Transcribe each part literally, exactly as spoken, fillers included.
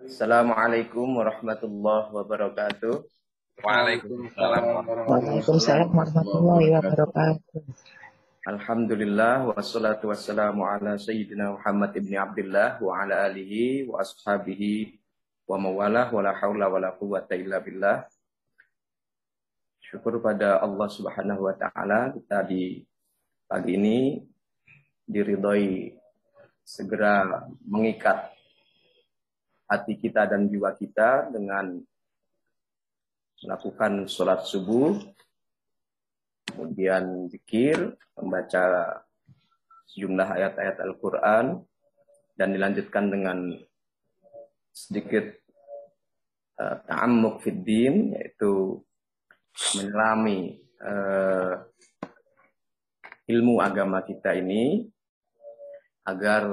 Assalamualaikum warahmatullahi wabarakatuh. Waalaikumsalam Waalaikumsalam warahmatullahi wabarakatuh. Alhamdulillah wassalatu wassalamu ala sayyidina Muhammad ibn Abdullah wa ala alihi wa ashabihi wa mawalah wa la hawla wa la quwwata illa billah. Syukur pada Allah Subhanahu wa taala kita di pagi ini diridhoi segera mengikat hati kita dan jiwa kita dengan melakukan sholat subuh, kemudian zikir, membaca sejumlah ayat-ayat Al-Quran, dan dilanjutkan dengan sedikit uh, ta'ammuk fid din, yaitu menyelami uh, ilmu agama kita ini, agar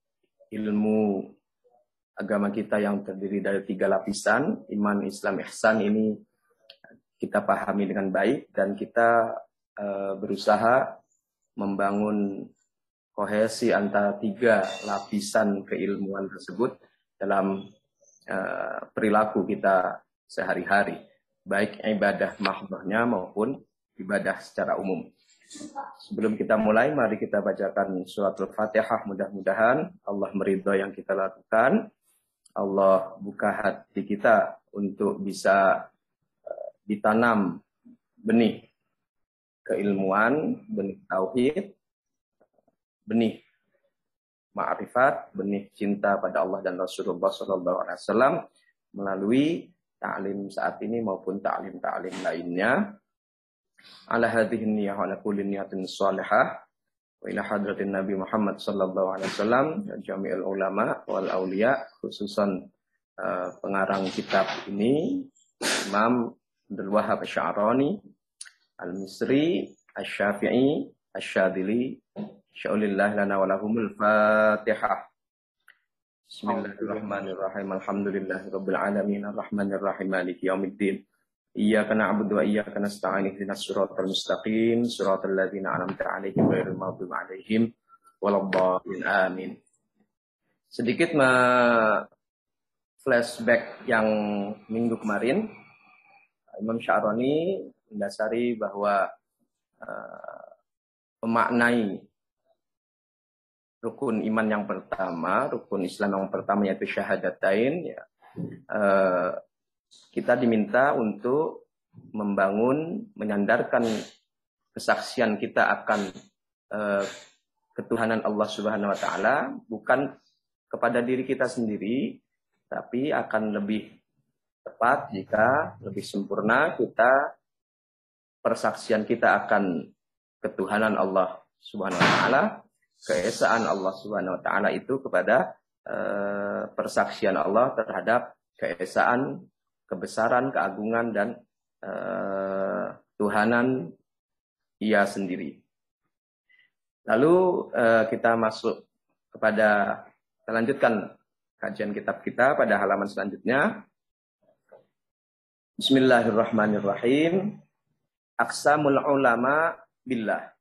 ilmu agama kita yang terdiri dari tiga lapisan, iman, Islam, ihsan ini kita pahami dengan baik, dan kita uh, berusaha membangun kohesi antara tiga lapisan keilmuan tersebut dalam uh, perilaku kita sehari-hari, baik ibadah mahdhahnya maupun ibadah secara umum. Sebelum kita mulai, mari kita bacakan surat Al-Fatihah. Mudah-mudahan Allah meridhai yang kita lakukan. Allah buka hati kita untuk bisa uh, ditanam benih keilmuan, benih tauhid, benih ma'rifat, benih cinta pada Allah dan Rasulullah shallallahu alaihi wasallam melalui ta'lim saat ini maupun ta'lim-ta'lim lainnya. Ala hadhihi niyyah wa ala kulli niyatin shalihah wa ila hadratin Nabi Muhammad sallallahu alaihi wasallam jami'ul ulama wal auliya, khususan uh, pengarang kitab ini Imam Abdul Wahhab Asy'arani Al-Misri Asy-Syafi'i Asy-Syadzili sya'ulillah lana wa lahumul Fatihah. Bismillahirrahmanirrahim. Alhamdulillahirabbil alamin arrahmanir rahim maliki yaumiddin. Iyyaka na'budu wa iyyaka nasta'in ihdinas siratal mustaqim siratal ladzina an'amta 'alaihim ghairil maghdubi 'alaihim waladdallin. Amin. Sedikit flashback yang minggu kemarin, Imam Sya'rani mendasari bahwa uh, memaknai rukun iman yang pertama, rukun Islam yang pertama yaitu syahadatain, ya, uh, kita diminta untuk membangun, menyandarkan kesaksian kita akan uh, ketuhanan Allah Subhanahu wa taala bukan kepada diri kita sendiri, tapi akan lebih tepat jika lebih sempurna kita persaksian kita akan ketuhanan Allah Subhanahu wa taala, keesaan Allah Subhanahu wa taala itu kepada uh, persaksian Allah terhadap keesaan, kebesaran, keagungan, dan uh, Tuhanan Ia sendiri. Lalu uh, kita masuk kepada, kita lanjutkan kajian kitab kita pada halaman selanjutnya. Bismillahirrahmanirrahim. Aqsamul ulama billah.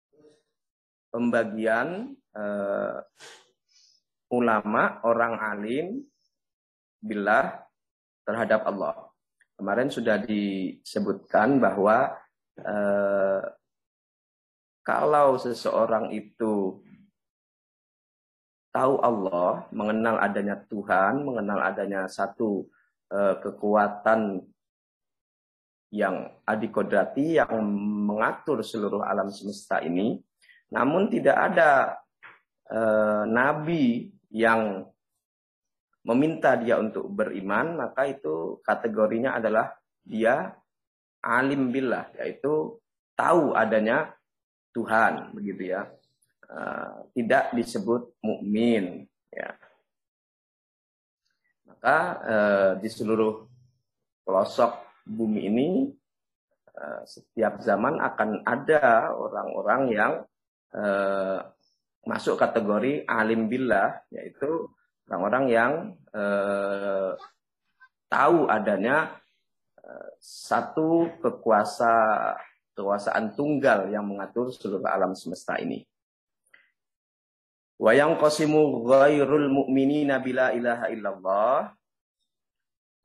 Pembagian uh, ulama, orang alim, billah, terhadap Allah. Kemarin sudah disebutkan bahwa eh, kalau seseorang itu tahu Allah, mengenal adanya Tuhan, mengenal adanya satu eh, kekuatan yang adikodrati yang mengatur seluruh alam semesta ini, namun tidak ada eh, nabi yang meminta dia untuk beriman, maka itu kategorinya adalah dia alim billah, yaitu tahu adanya Tuhan, begitu ya. Uh, tidak disebut mukmin, ya. Maka uh, di seluruh pelosok bumi ini uh, setiap zaman akan ada orang-orang yang uh, masuk kategori alim billah, yaitu orang-orang yang eh, tahu adanya eh, satu kekuasa kekuasaan tunggal yang mengatur seluruh alam semesta ini. Wa yanqasimu ghairul mu'minina bila ilaha illallah.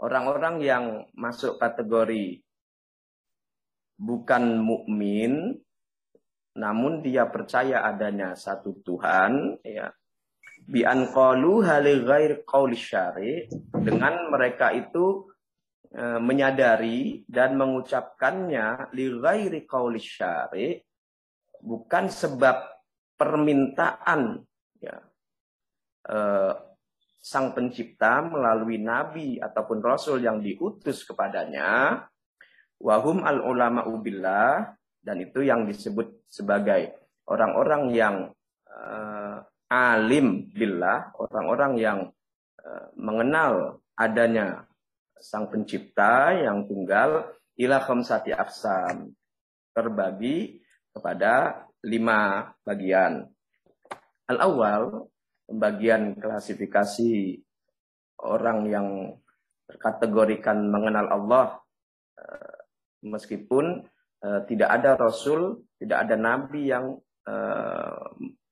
orang-orang yang masuk kategori bukan mukmin, namun dia percaya adanya satu Tuhan, ya, bi an qalu hali ghair qauli syari, dengan mereka itu e, menyadari dan mengucapkannya li ghairi qauli syari, bukan sebab permintaan, ya, e, sang pencipta melalui nabi ataupun rasul yang diutus kepadanya, wahum al ulama ubillah, dan itu yang disebut sebagai orang-orang yang uh, alim billah, orang-orang yang uh, mengenal adanya sang pencipta yang tunggal, ila khamsati aqsam, terbagi kepada lima bagian. Al-awwal, pembagian klasifikasi orang yang terkategorikan mengenal Allah, uh, meskipun Uh, tidak ada rasul, tidak ada nabi yang uh,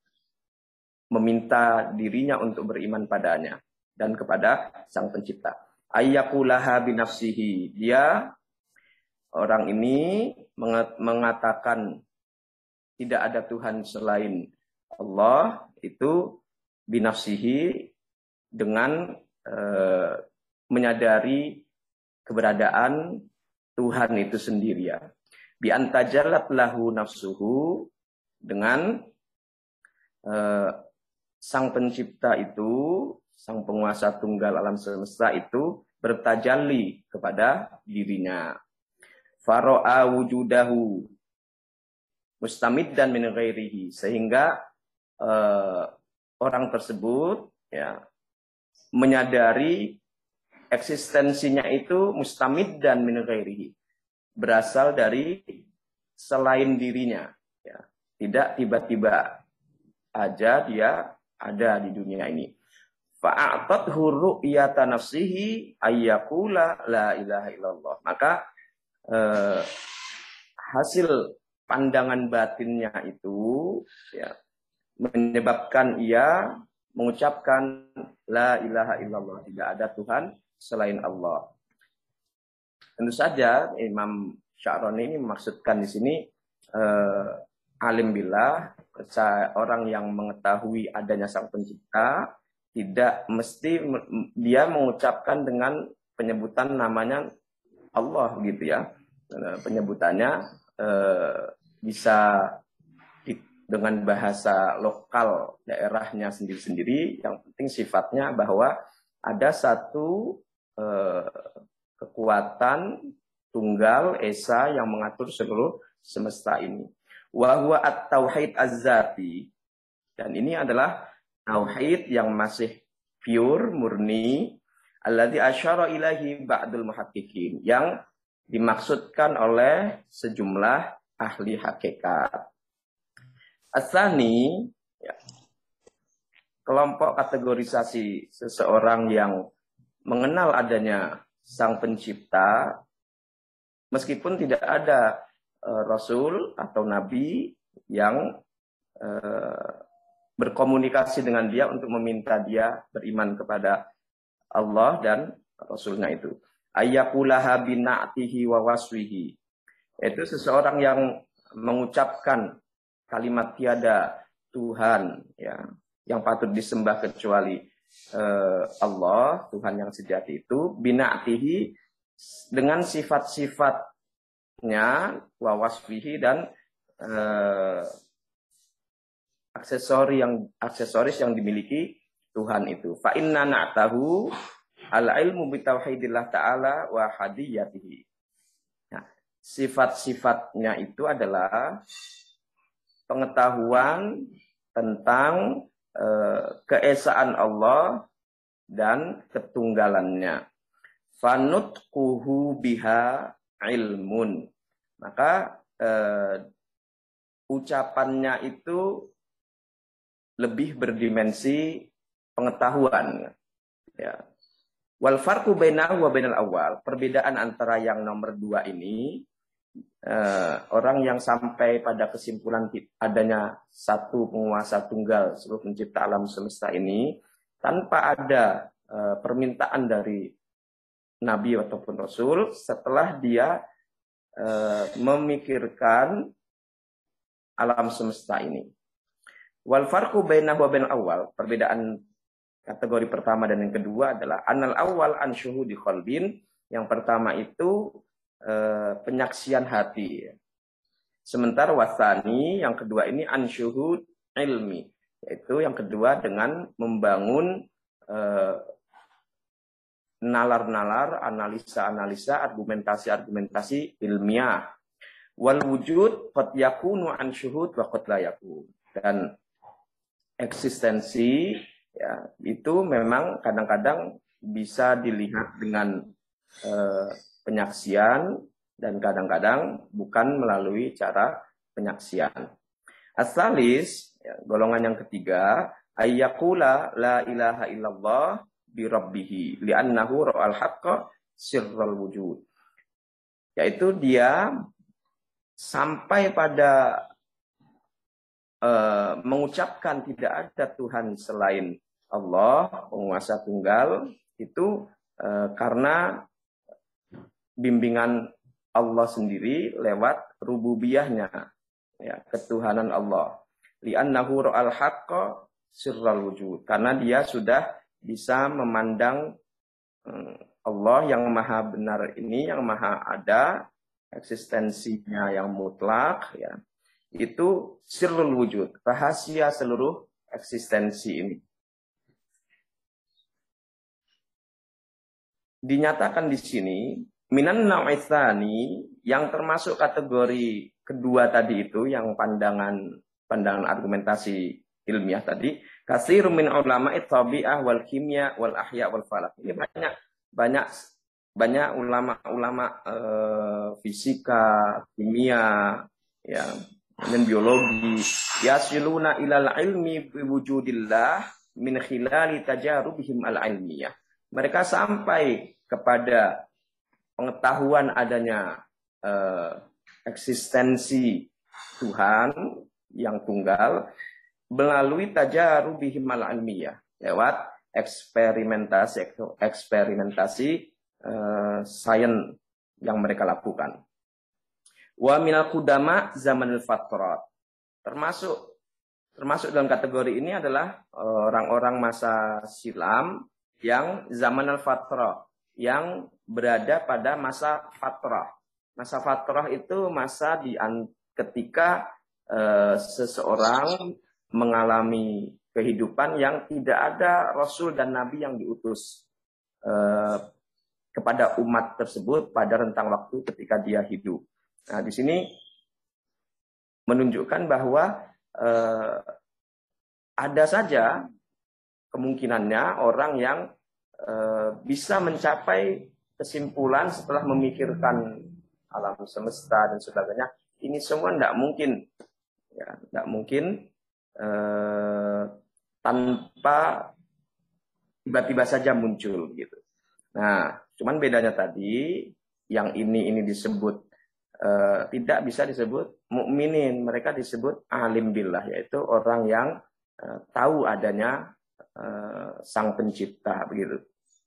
meminta dirinya untuk beriman padanya dan kepada sang pencipta. Ayyakulaha binafsihi, dia orang ini mengatakan tidak ada Tuhan selain Allah, itu binafsihi, dengan uh, menyadari keberadaan Tuhan itu sendiri, ya. Bi antajallat lahu nafsuhu, dengan uh, sang pencipta itu, sang penguasa tunggal alam semesta itu bertajalli kepada dirinya. Faro'a wujudahu mustamiddan min ghairihi, sehingga uh, orang tersebut, ya, menyadari eksistensinya itu mustamiddan min ghairihi, berasal dari selain dirinya, ya. Tidak tiba-tiba aja dia ada di dunia ini. Fa'atathu ru'yata nafsihi ayyakula la ilaha illallah. Maka eh, hasil pandangan batinnya itu, ya, menyebabkan ia mengucapkan la ilaha illallah, tidak ada Tuhan selain Allah. Tentu saja Imam Sya'rani ini memaksudkan di sini eh, alim billah, orang yang mengetahui adanya sang pencipta, tidak mesti dia mengucapkan dengan penyebutan namanya Allah, gitu, ya. Penyebutannya eh, bisa di, dengan bahasa lokal daerahnya sendiri-sendiri. Yang penting sifatnya bahwa ada satu eh, kekuatan tunggal esa yang mengatur seluruh semesta ini. Wa huwa at-tauhid az-zati, dan ini adalah tauhid yang masih pure, murni, alladzi asyara ilahi ba'dul muhaqqiqin, yang dimaksudkan oleh sejumlah ahli hakikat. As-tsani, ya, kelompok kategorisasi seseorang yang mengenal adanya sang pencipta, meskipun tidak ada uh, rasul atau nabi yang uh, berkomunikasi dengan dia untuk meminta dia beriman kepada Allah dan rasulnya itu. Ayyakulaha bina'tihi wa waswihi, itu seseorang yang mengucapkan kalimat tiada Tuhan, ya, yang patut disembah kecuali Allah, Tuhan yang sejati itu, bina'tihi, dengan sifat-sifatnya, wa wasfihi, dan eh, aksesori yang aksesoris yang dimiliki Tuhan itu. Fa inna na'tahu al-ilmu bitauhidillah ta'ala wa hadiyatihi. Nah, sifat-sifatnya itu adalah pengetahuan tentang keesaan Allah dan ketunggalannya. Fanutquhu biha ilmun, maka eh, ucapannya itu lebih berdimensi pengetahuan, ya. Wal farqu bainahu wa bainal awal, perbedaan antara yang nomor dua ini, Uh, orang yang sampai pada kesimpulan adanya satu penguasa tunggal seluruh pencipta alam semesta ini tanpa ada uh, permintaan dari nabi ataupun rasul setelah dia uh, memikirkan alam semesta ini. Wal farqu bainahu wa bainal awal, perbedaan kategori pertama dan yang kedua adalah anal awal an syuhudi qalbin, yang pertama itu uh, penyaksian hati. Sementara wasani yang kedua ini an syuhud ilmi, yaitu yang kedua dengan membangun uh, nalar-nalar, analisa-analisa, argumentasi-argumentasi ilmiah. Wal wujud qad yakunu an syuhud wa qad la yakun. Dan eksistensi ya itu memang kadang-kadang bisa dilihat dengan eh, penyaksian dan kadang-kadang bukan melalui cara penyaksian. Asalis, ya, golongan yang ketiga, ayyaqula la ilaha illallah bi rabbihi li'annahu ra'al haqqa sirral wujud. Yaitu dia sampai pada uh, mengucapkan tidak ada Tuhan selain Allah, penguasa tunggal, itu uh, karena bimbingan Allah sendiri lewat rububiyahnya, ya, ketuhanan Allah. Li'annahu ra'al haqqa sirral wujud. Karena dia sudah bisa memandang Allah yang maha benar ini, yang maha ada, eksistensinya yang mutlak, ya, itu sirrul wujud, rahasia seluruh eksistensi ini. Dinyatakan di sini minan nau'itsani, yang termasuk kategori kedua tadi itu, yang pandangan pandangan argumentasi ilmiah tadi, kasirun min ulama'i tabi'ah wal kimia wal ahya wal falak. Ini banyak banyak banyak ulama-ulama eh, fisika, kimia, ya, dan biologi, yasiluna ilal ilmi biwujudillah min khilali tajarubihim al-ilmiyah. Mereka sampai kepada pengetahuan adanya eh, eksistensi Tuhan yang tunggal melalui tajarubihim al-ilmiyah, lewat eksperimentasi eksperimentasi uh, sains yang mereka lakukan. Wa minal qudama zamanul fatrat, termasuk termasuk dalam kategori ini adalah orang-orang masa silam yang zaman al-fatrah, yang berada pada masa fatrah. Masa fatrah itu masa di ketika uh, seseorang mengalami kehidupan yang tidak ada Rasul dan Nabi yang diutus eh, kepada umat tersebut pada rentang waktu ketika dia hidup. Nah, di sini menunjukkan bahwa eh, ada saja kemungkinannya orang yang eh, bisa mencapai kesimpulan setelah memikirkan alam semesta dan sebagainya. Ini semua tidak mungkin, ya, tidak mungkin. Eh, tanpa tiba-tiba saja muncul gitu. Nah, cuman bedanya tadi yang ini ini disebut eh, tidak bisa disebut mukminin, mereka disebut alim billah, yaitu orang yang eh, tahu adanya eh, Sang Pencipta begitu.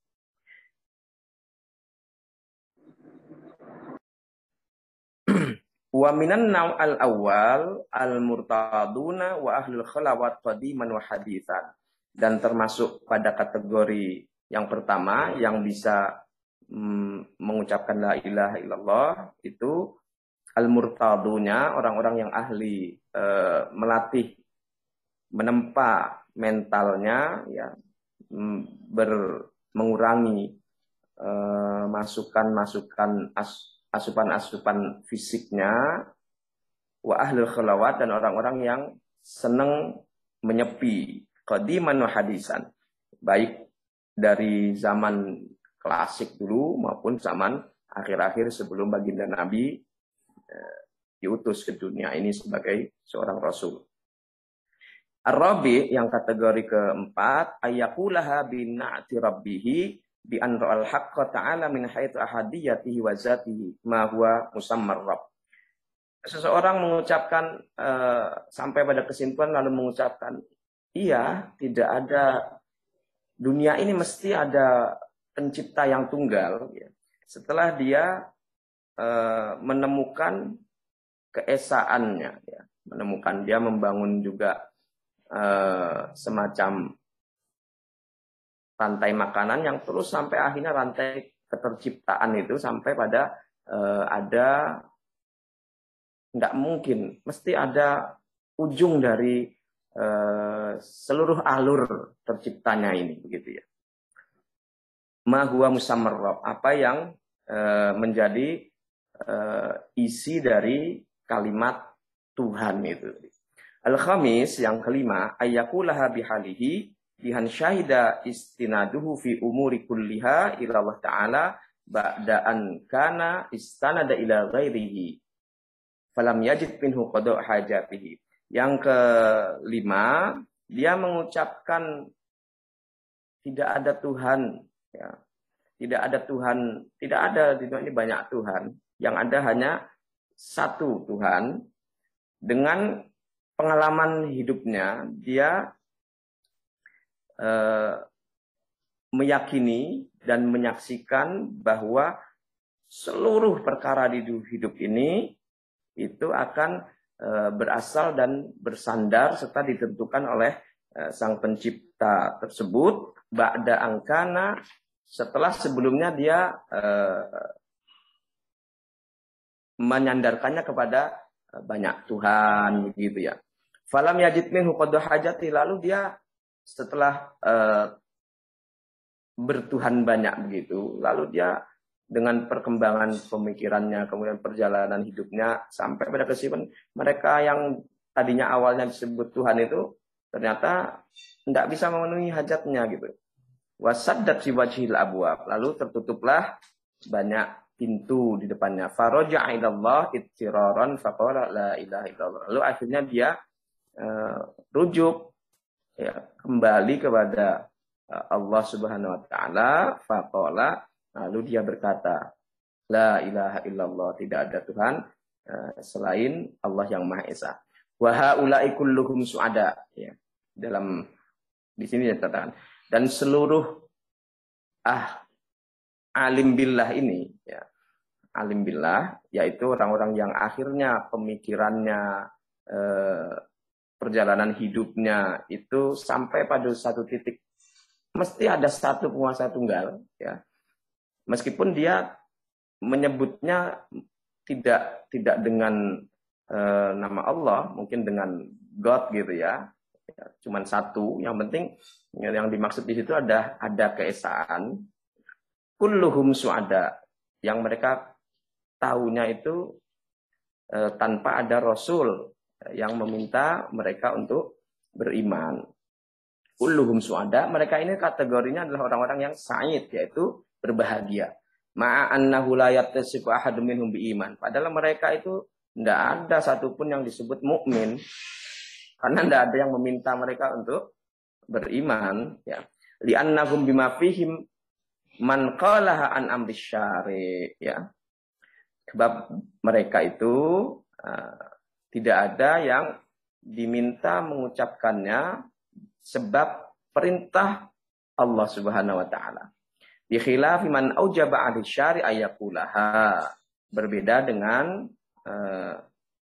Wa minan naw'al awal al-murtaduna wa ahlul khalawat qadiman wa hadithan. Dan termasuk pada kategori yang pertama yang bisa mm, mengucapkan la ilaha illallah itu al-murtadunya, orang-orang yang ahli e, melatih, menempa mentalnya, ya, ber, mengurangi e, masukan-masukan as asupan-asupan fisiknya, wa ahlul khalawat, dan orang-orang yang senang menyepi, qadiman wa hadisan, baik dari zaman klasik dulu maupun zaman akhir-akhir sebelum baginda Nabi eh, diutus ke dunia ini sebagai seorang rasul. Ar-Rabi, yang kategori keempat, ayyakulaha bin na'ti rabbihi bi an ra'al haqqa ta'ala min haitsu ahadiyatihi wa zatihi ma huwa musammar rabb. Seseorang mengucapkan uh, sampai pada kesimpulan lalu mengucapkan, iya, tidak ada, dunia ini mesti ada pencipta yang tunggal, ya, setelah dia uh, menemukan keesaannya, ya, menemukan dia membangun juga uh, semacam rantai makanan yang terus sampai akhirnya rantai keterciptaan itu sampai pada uh, ada, tidak mungkin, mesti ada ujung dari uh, seluruh alur terciptanya ini, begitu ya. Ma huwa musammarrab, apa yang uh, menjadi uh, isi dari kalimat Tuhan itu. Al-khamis, yang kelima, ayyakulaha bihalihi bihan syahida istinaduhu fi umuri kulliha ila Allah Ta'ala ba'da'an kana istanada ila ghairihi falam yajid minhu qada' hajatihi. Yang kelima, dia mengucapkan tidak ada Tuhan, ya. Tidak ada Tuhan, tidak ada di dunia ini banyak Tuhan, yang ada hanya satu Tuhan. Dengan pengalaman hidupnya, dia eh, meyakini dan menyaksikan bahwa seluruh perkara di hidup ini itu akan eh, berasal dan bersandar serta ditentukan oleh eh, sang pencipta tersebut. Ba'da angkana, setelah sebelumnya dia eh, menyandarkannya kepada banyak Tuhan, begitu ya. Falam yajid minhu qada hajati, lalu dia setelah uh, bertuhan banyak begitu, lalu dia dengan perkembangan pemikirannya, kemudian perjalanan hidupnya sampai pada kesimpulan mereka yang tadinya awalnya disebut Tuhan itu ternyata tidak bisa memenuhi hajatnya gitu. Wasaddat fi wajhil abwab, lalu tertutuplah banyak pintu di depannya. Faraja'a ilallah ittiraran faqala la ilaha illallah. Lalu akhirnya dia uh, rujuk, ya, kembali kepada uh, Allah Subhanahu wa taala. Faqala, lalu dia berkata, la ilaha illallah, tidak ada Tuhan uh, selain Allah yang Maha Esa. Wa haula'i kulluhum su'ada, ya. Dalam di sini dikatakan, dan seluruh ah alim billah ini, ya, alim billah yaitu orang-orang yang akhirnya pemikirannya, eh, perjalanan hidupnya itu sampai pada satu titik mesti ada satu penguasa tunggal, ya, meskipun dia menyebutnya tidak tidak dengan eh, nama Allah, mungkin dengan God gitu ya, ya, cuman satu. Yang penting yang dimaksud di situ ada ada keesaan. Kulluhum su'ada, yang mereka tahunya itu e, tanpa ada Rasul yang meminta mereka untuk beriman. Kulluhum su'ada, mereka ini kategorinya adalah orang-orang yang sa'id, yaitu berbahagia. Ma'annahu la yattasifu ahadun minhum biiman. Padahal mereka itu tidak ada satupun yang disebut mukmin, karena tidak ada yang meminta mereka untuk beriman, ya. Li'annahum bima fihim man qalaha an amri syari, ya. Sebab mereka itu uh, tidak ada yang diminta mengucapkannya sebab perintah Allah Subhanahu wa taala. Bi khilafi man aujaba 'alai syari ayaqulaha. Berbeda dengan uh,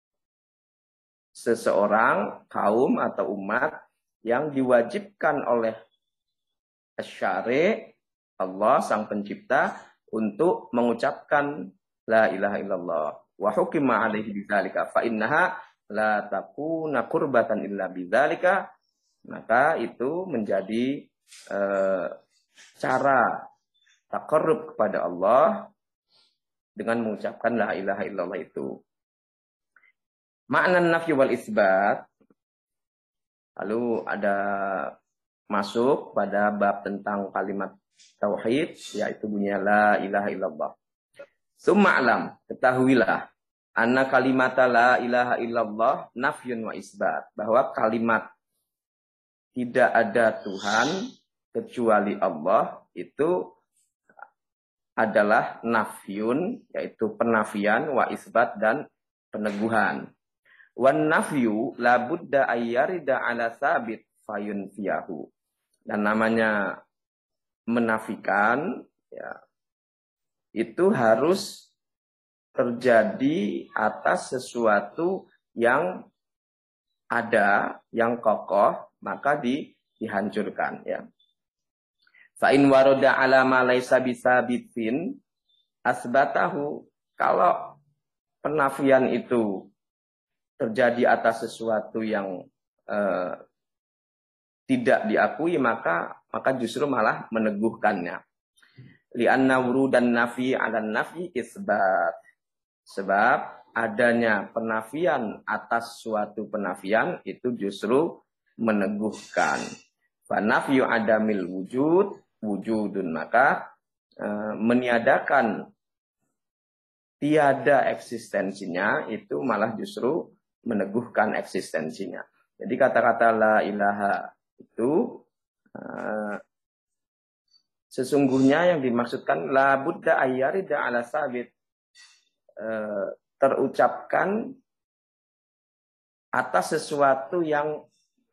seseorang, kaum atau umat yang diwajibkan oleh Asy-Syari', Allah sang pencipta, untuk mengucapkan la ilaha illallah wa hukima alaihi bidzalika fa innaha la takuna qurbatan illa bidzalika. Maka itu menjadi e, cara taqarrub kepada Allah dengan mengucapkan la ilaha illallah itu. Makna nafyi wal isbat. Lalu ada masuk pada bab tentang kalimat tauhid, yaitu bunyinya la ilaha illallah. Summa alam, ketahuilah, anna kalimata la ilaha illallah nafyun wa isbat, bahwa kalimat tidak ada Tuhan kecuali Allah itu adalah nafyun, yaitu penafian, wa isbat, dan peneguhan. Wan nafyu la budda ayyarida ala sabit fayun fiyahu. Dan namanya menafikan ya, itu harus terjadi atas sesuatu yang ada, yang kokoh, maka di, dihancurkan. Ya. Fa in warada ala ma laisa bisabitin asbatahu. Kalau penafian itu terjadi atas sesuatu yang eh, tidak diakui, maka maka justru malah meneguhkannya. Li'anna wurudan nafi 'ala nafi isbat. Sebab adanya penafian atas suatu penafian itu justru meneguhkan. Fa nafyu adamil wujud wujudun, maka eh, meniadakan tiada eksistensinya itu malah justru meneguhkan eksistensinya. Jadi kata-kata la ilaha itu uh, sesungguhnya yang dimaksudkan la budda ayyarida ala sabit, uh, terucapkan atas sesuatu yang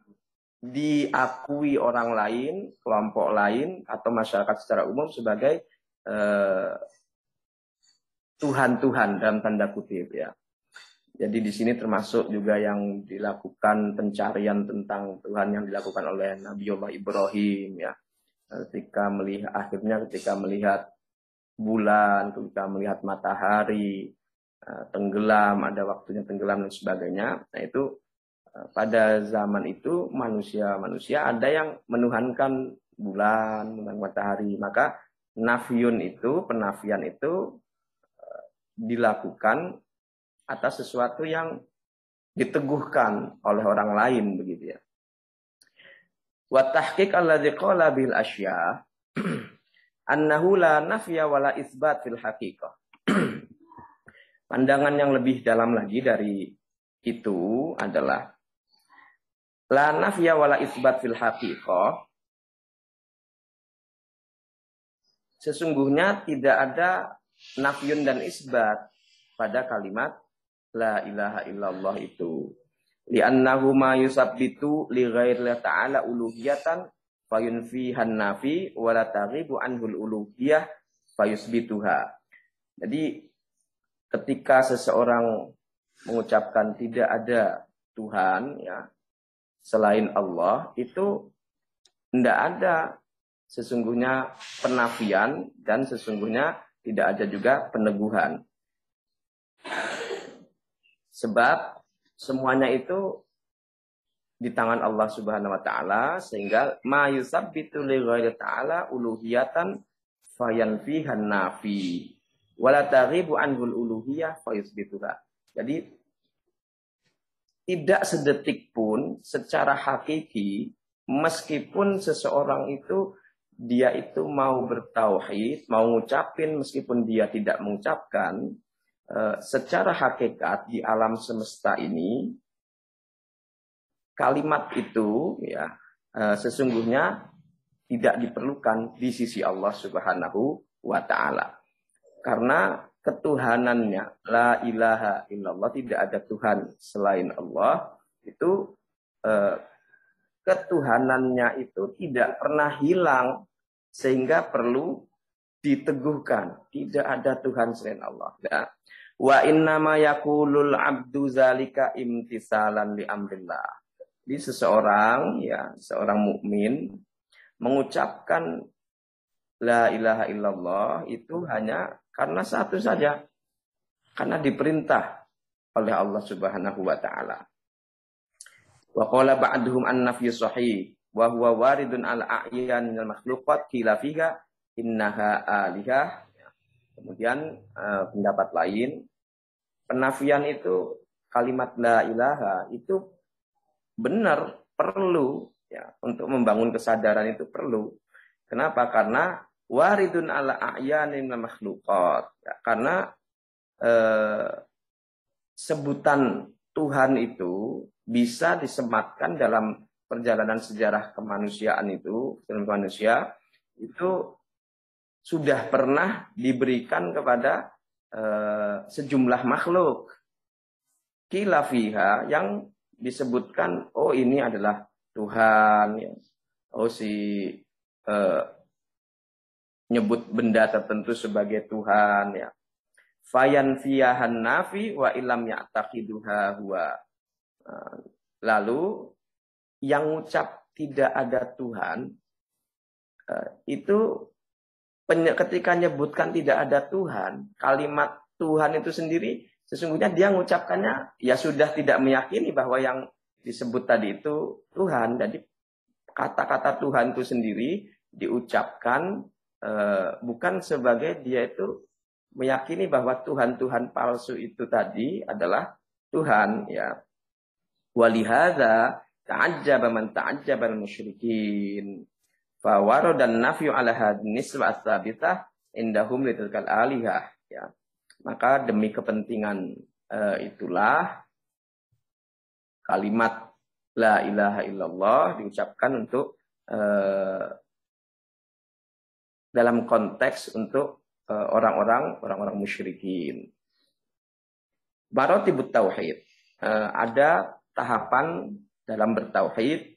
diakui orang lain, kelompok lain atau masyarakat secara umum sebagai uh, Tuhan-Tuhan dalam tanda kutip, ya. Jadi di sini termasuk juga yang dilakukan pencarian tentang Tuhan yang dilakukan oleh Nabiullah Ibrahim, ya. Ketika melihat akhirnya ketika melihat bulan, ketika melihat matahari tenggelam, ada waktunya tenggelam dan sebagainya. Nah itu pada zaman itu manusia-manusia ada yang menuhankan bulan, menuhankan matahari. Maka nafyun itu, penafian itu dilakukan atas sesuatu yang diteguhkan oleh orang lain, begitu ya. Wa tahqiq alladzi qala bil asya annahu la nafya wala isbat fil haqiqah. Pandangan yang lebih dalam lagi dari itu adalah la nafya wala isbat fil haqiqah. Sesungguhnya tidak ada nafyun dan isbat pada kalimat la ilaha illallah itu. Li'annahu ma yusabbitu li ghairillahi ta'ala uluhiyatan fayunfihan nafi wa la taghibu anhul uluhiyah fayusbituha. Jadi ketika seseorang mengucapkan tidak ada Tuhan, ya, selain Allah, itu tidak ada sesungguhnya penafian dan sesungguhnya tidak ada juga peneguhan. Sebab semuanya itu di tangan Allah Subhanahu wa taala, sehingga ma yusabbitu li ghairi ta'ala uluhiyatan fayanfihan nafi wala taghibu anhul uluhiyah fayusbituha. Jadi tidak sedetik pun secara hakiki, meskipun seseorang itu dia itu mau bertauhid, mau ngucapin meskipun dia tidak mengucapkan, secara hakikat di alam semesta ini kalimat itu, ya, sesungguhnya tidak diperlukan di sisi Allah Subhanahu wa taala. Karena ketuhanannya la ilaha illallah, tidak ada Tuhan selain Allah, itu eh, ketuhanannya itu tidak pernah hilang sehingga perlu diteguhkan. Tidak ada Tuhan selain Allah. Ya. Wa innama yaqulul abdu zalika imtisalan li amrillah. Jadi seseorang, ya, seorang mukmin mengucapkan la ilaha illallah itu hanya karena satu saja, karena diperintah oleh Allah Subhanahu wa taala. Wa qala ba'duhum an-nafyu sahih wa huwa waridun ala a'yan al makhluqat qila fiha innaha alihah. Kemudian uh, pendapat lain, penafian itu kalimat la ilaha itu benar, perlu, ya, untuk membangun kesadaran itu perlu. Kenapa? Karena waridun ala a'yanin makhluqat. Ya, karena uh, sebutan Tuhan itu bisa disematkan dalam perjalanan sejarah kemanusiaan itu, manusia itu sudah pernah diberikan kepada uh, sejumlah makhluk. Qila fiha, yang disebutkan, oh ini adalah Tuhan, ya. Oh si uh, nyebut benda tertentu sebagai Tuhan ya. Fayan fiyahan nafi wa ilam ya'taqiduha huwa. Lalu yang ucap tidak ada Tuhan itu ketika nyebutkan tidak ada Tuhan, kalimat Tuhan itu sendiri sesungguhnya dia mengucapkannya ya sudah tidak meyakini bahwa yang disebut tadi itu Tuhan. Jadi kata-kata Tuhan itu sendiri diucapkan eh, bukan sebagai dia itu meyakini bahwa Tuhan-Tuhan palsu itu tadi adalah Tuhan ya. Walihada ta'ajjaba man ta'ajjaba al-musyrikin. Fa warada an-nafyu 'ala hadhihi nisbah ats-tsabitah indahum litilkal alihah ya. Maka demi kepentingan uh, itulah kalimat la ilaha illallah diucapkan untuk uh, dalam konteks untuk uh, orang-orang orang-orang musyrikin. Maratibut tauhid. Uh, ada tahapan dalam bertauhid.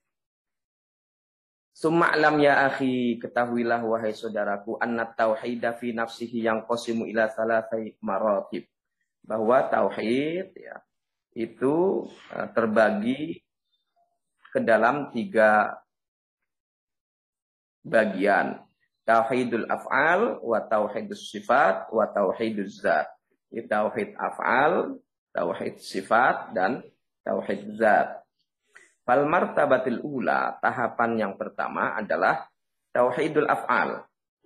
Suma'lam ya akhi, ketahuilah wahai saudaraku, anna tauhida fi nafsihi yang qasimu ila salasai maratib. Bahwa tauhid ya, itu uh, terbagi ke dalam tiga bagian. Tauhidul af'al, wa tauhidus sifat, wa tauhiduz zat. Ini tauhid af'al, tauhid sifat, dan tauhid zat. Fal martabatil ula, tahapan yang pertama adalah tauhidul af'al,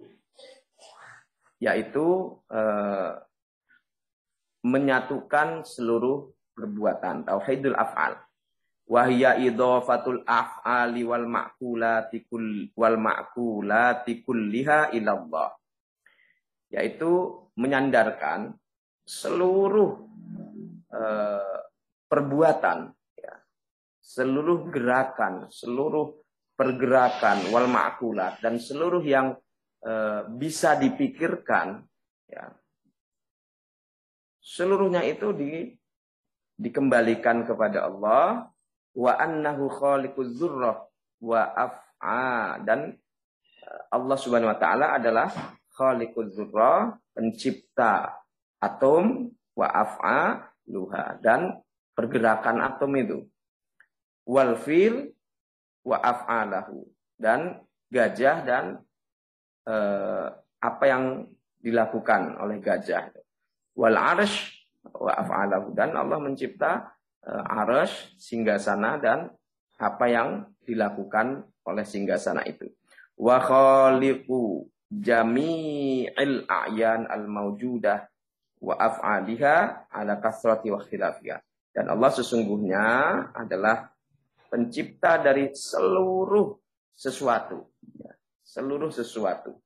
yaitu eh, menyatukan seluruh perbuatan. Tauhidul af'al. Wahya idhafatul af'ali wal ma'kulati kull wal ma'kulati kulliha ilallah. Yaitu menyandarkan seluruh eh, perbuatan, seluruh gerakan, seluruh pergerakan wal ma'kulat dan seluruh yang e, bisa dipikirkan ya, seluruhnya itu di, dikembalikan kepada Allah wa annahu khaliquz dzurrah wa af'a, dan Allah Subhanahu wa taala adalah khaliquz dzurrah, pencipta atom, wa af'a luha, dan pergerakan atom itu. Wal fil wa af'alahu, dan gajah dan eh, apa yang dilakukan oleh gajah. Wal arsh wa af'alahu, dan Allah mencipta eh, arsh, singgasana, dan apa yang dilakukan oleh singgasana itu. Wa khaliqu jami'il a'yan al-mawjudah wa af'aliha ala kasrati wa khilafiyah. Dan Allah sesungguhnya adalah pencipta dari seluruh sesuatu. Ya, seluruh sesuatu.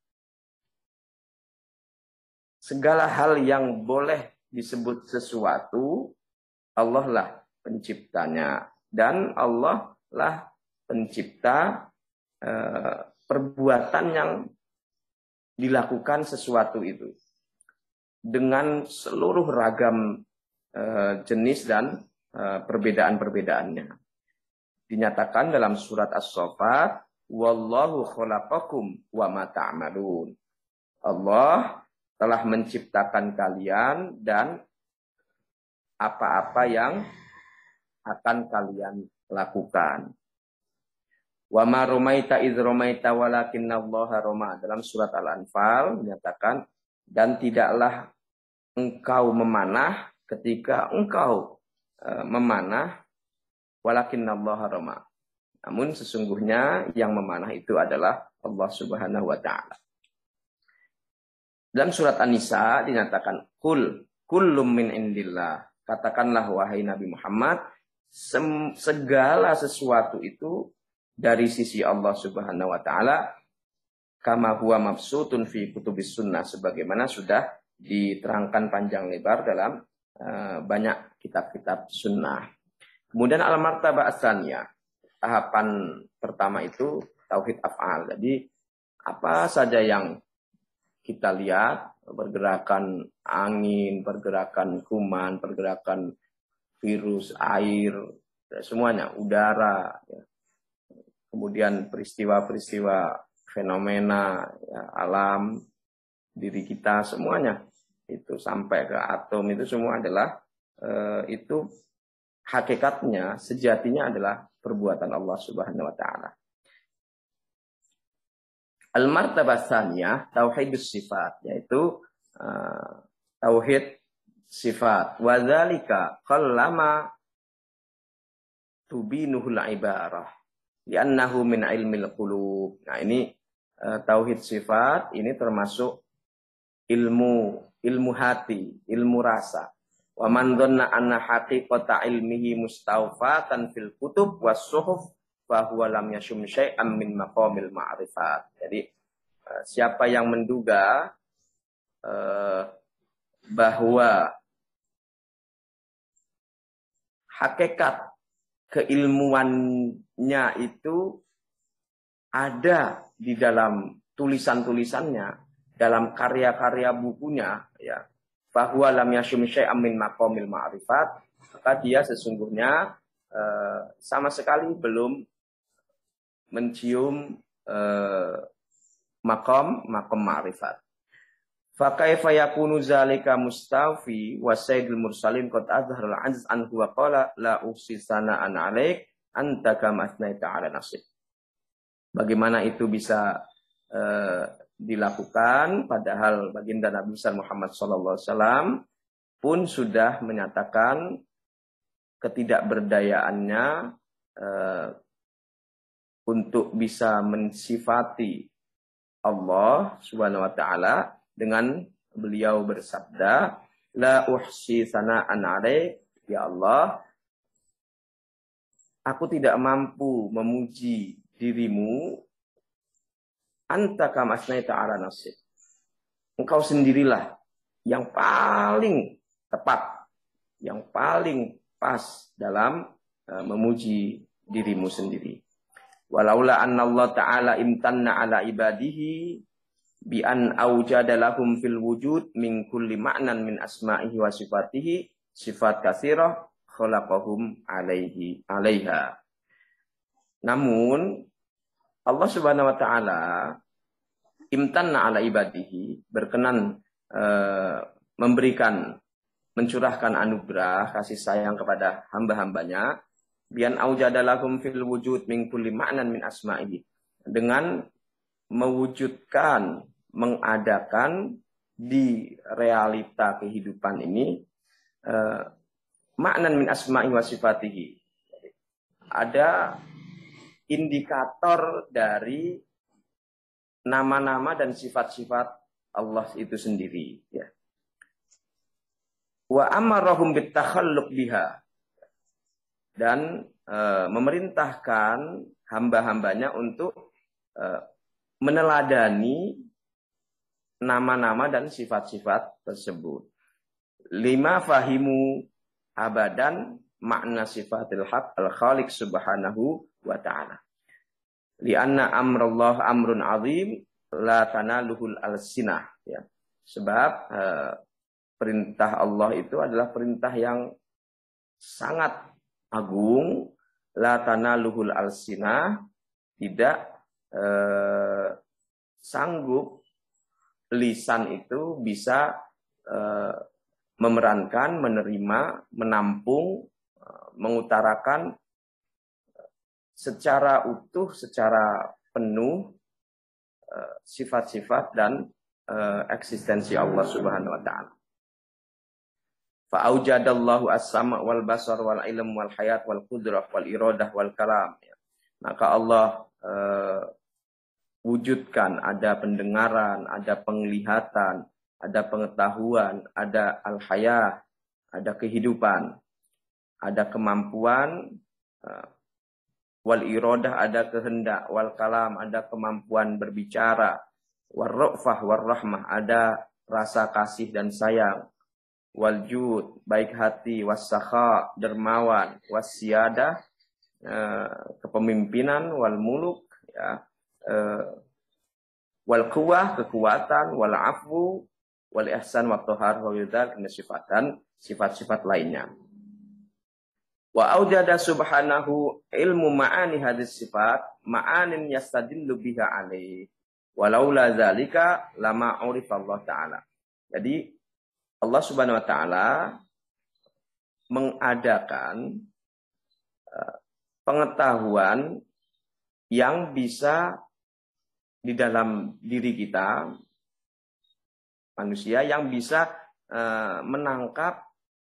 Segala hal yang boleh disebut sesuatu, Allah lah penciptanya. Dan Allah lah pencipta eh, perbuatan yang dilakukan sesuatu itu. Dengan seluruh ragam eh, jenis dan eh, perbedaan-perbedaannya. Dinyatakan dalam surat As-Saffat, wallahu khalaqakum wa ma ta'malun. Allah telah menciptakan kalian dan apa-apa yang akan kalian lakukan. Wa ma ramaita idz ramaita walakinallaha rama. Dalam surat Al-Anfal dinyatakan, dan tidaklah engkau memanah ketika engkau uh, memanah, walakinallaha rama. Namun sesungguhnya yang memanah itu adalah Allah Subhanahu wa taala. Dalam surat An-Nisa dinyatakan, kul kullum min indillah. Katakanlah wahai Nabi Muhammad, segala sesuatu itu dari sisi Allah Subhanahu wa taala, kama huwa mabsutun fi kutubis sunnah, sebagaimana sudah diterangkan panjang lebar dalam uh, banyak kitab-kitab sunnah. Kemudian al-martabah as-saniyah, tahapan pertama itu tauhid af'al. Jadi apa saja yang kita lihat, pergerakan angin, pergerakan kuman, pergerakan virus, air, semuanya, udara, ya. Kemudian peristiwa-peristiwa fenomena ya, alam, diri kita semuanya itu sampai ke atom itu semua adalah eh, itu hakikatnya sejatinya adalah perbuatan Allah Subhanahu wa taala. Al-martabah tsaniyah tauhidus sifat, yaitu uh, tauhid sifat. Wa dzalika qallama tubinuhul ibarah li'annahu min ilmil qulub. Nah, ini uh, tauhid sifat ini termasuk ilmu ilmu hati, ilmu rasa. Wa man dhanna anna haqiqata ilmihi mustawfatan fil kutub was suhuf fa huwa lam yashum syai'an min maqamil ma'rifat. Jadi uh, siapa yang menduga uh, bahwa hakikat keilmuannya itu ada di dalam tulisan-tulisannya, dalam karya-karya bukunya, ya. Bahwa lam yashum syai'an min maqamil ma'rifat, maka dia sesungguhnya uh, sama sekali belum mencium uh, maqam maqam ma'rifat. Fa kaifa yakunu zalika mustawfi wa sayyidul mursalin qad azhara al-'ajz an huwa qala la uhsi sana'an 'alaik anta kama asnaita 'ala nafsik. Bagaimana itu bisa uh, dilakukan padahal baginda Nabi Muhammad sallallahu alaihi wasallam pun sudah menyatakan ketidakberdayaannya uh, untuk bisa mensifati Allah Subhanahu wa taala dengan beliau bersabda, la uhsi sana'an 'alaik, ya Allah, aku tidak mampu memuji dirimu, anta kama asnaita 'ala nafsik. Engkau sendirilah yang paling tepat, yang paling pas dalam uh, memuji dirimu sendiri. Walaula anna Allah Ta'ala imtanna ala ibadihi bi an awjada lahum fil wujud min kulli ma'nan min asma'ihi wa sifatihi sifat katsirah khalaqahum alaihi alaiha. Namun Allah Subhanahu wa taala imtanna ala ibadihi, berkenan uh, memberikan mencurahkan anugerah kasih sayang kepada hamba-hambanya, bian aujada lahum fil wujud min kulli ma'nan min asma'ihi, dengan mewujudkan, mengadakan di realita kehidupan ini uh, ma'nan min asma'ihi wa sifatihi. Ada indikator dari nama-nama dan sifat-sifat Allah itu sendiri, ya. Wa amarahum bitakhalluq biha, dan e, memerintahkan hamba-hambanya untuk e, meneladani nama-nama dan sifat-sifat tersebut. Lima fahimu abadan makna sifatil haq al-khaliq subhanahu wa ta'ala. Lianna amrullah amrun azim la tanaluhul al-sinah, ya. Sebab e, perintah Allah itu adalah perintah yang sangat agung, la tanaluhul al-sinah, tidak eh, sanggup lisan itu bisa eh, memerankan, menerima, menampung, eh, mengutarakan secara utuh, secara penuh eh, sifat-sifat dan eh, eksistensi Allah Subhanahu wa taala. Fa'aujadallahu as-sama' wal basar wal ilm wal hayat wal qudrah wal iradah wal kalam. Maka Allah uh, wujudkan ada pendengaran, ada penglihatan, ada pengetahuan, ada al-hayah, ada kehidupan, ada kemampuan, uh, wal iradah ada kehendak, wal kalam ada kemampuan berbicara, wal ra'fah wal rahmah ada rasa kasih dan sayang, wal jud baik hati, was-sakha dermawan, was-siyadah uh, kepemimpinan, wal muluk, ya, uh, wal quwwah kekuatan, wal afwu wal ihsan wa thahar wa yudzal sifatan sifat-sifat lainnya. Wa aujada subhanahu ilmu ma'ani hadis sifat ma'anin yastadillu biha alaih. Walaula dzalika lama urifa Allah taala. Jadi Allah Subhanahu wa taala mengadakan uh, pengetahuan yang bisa di dalam diri kita manusia yang bisa uh, menangkap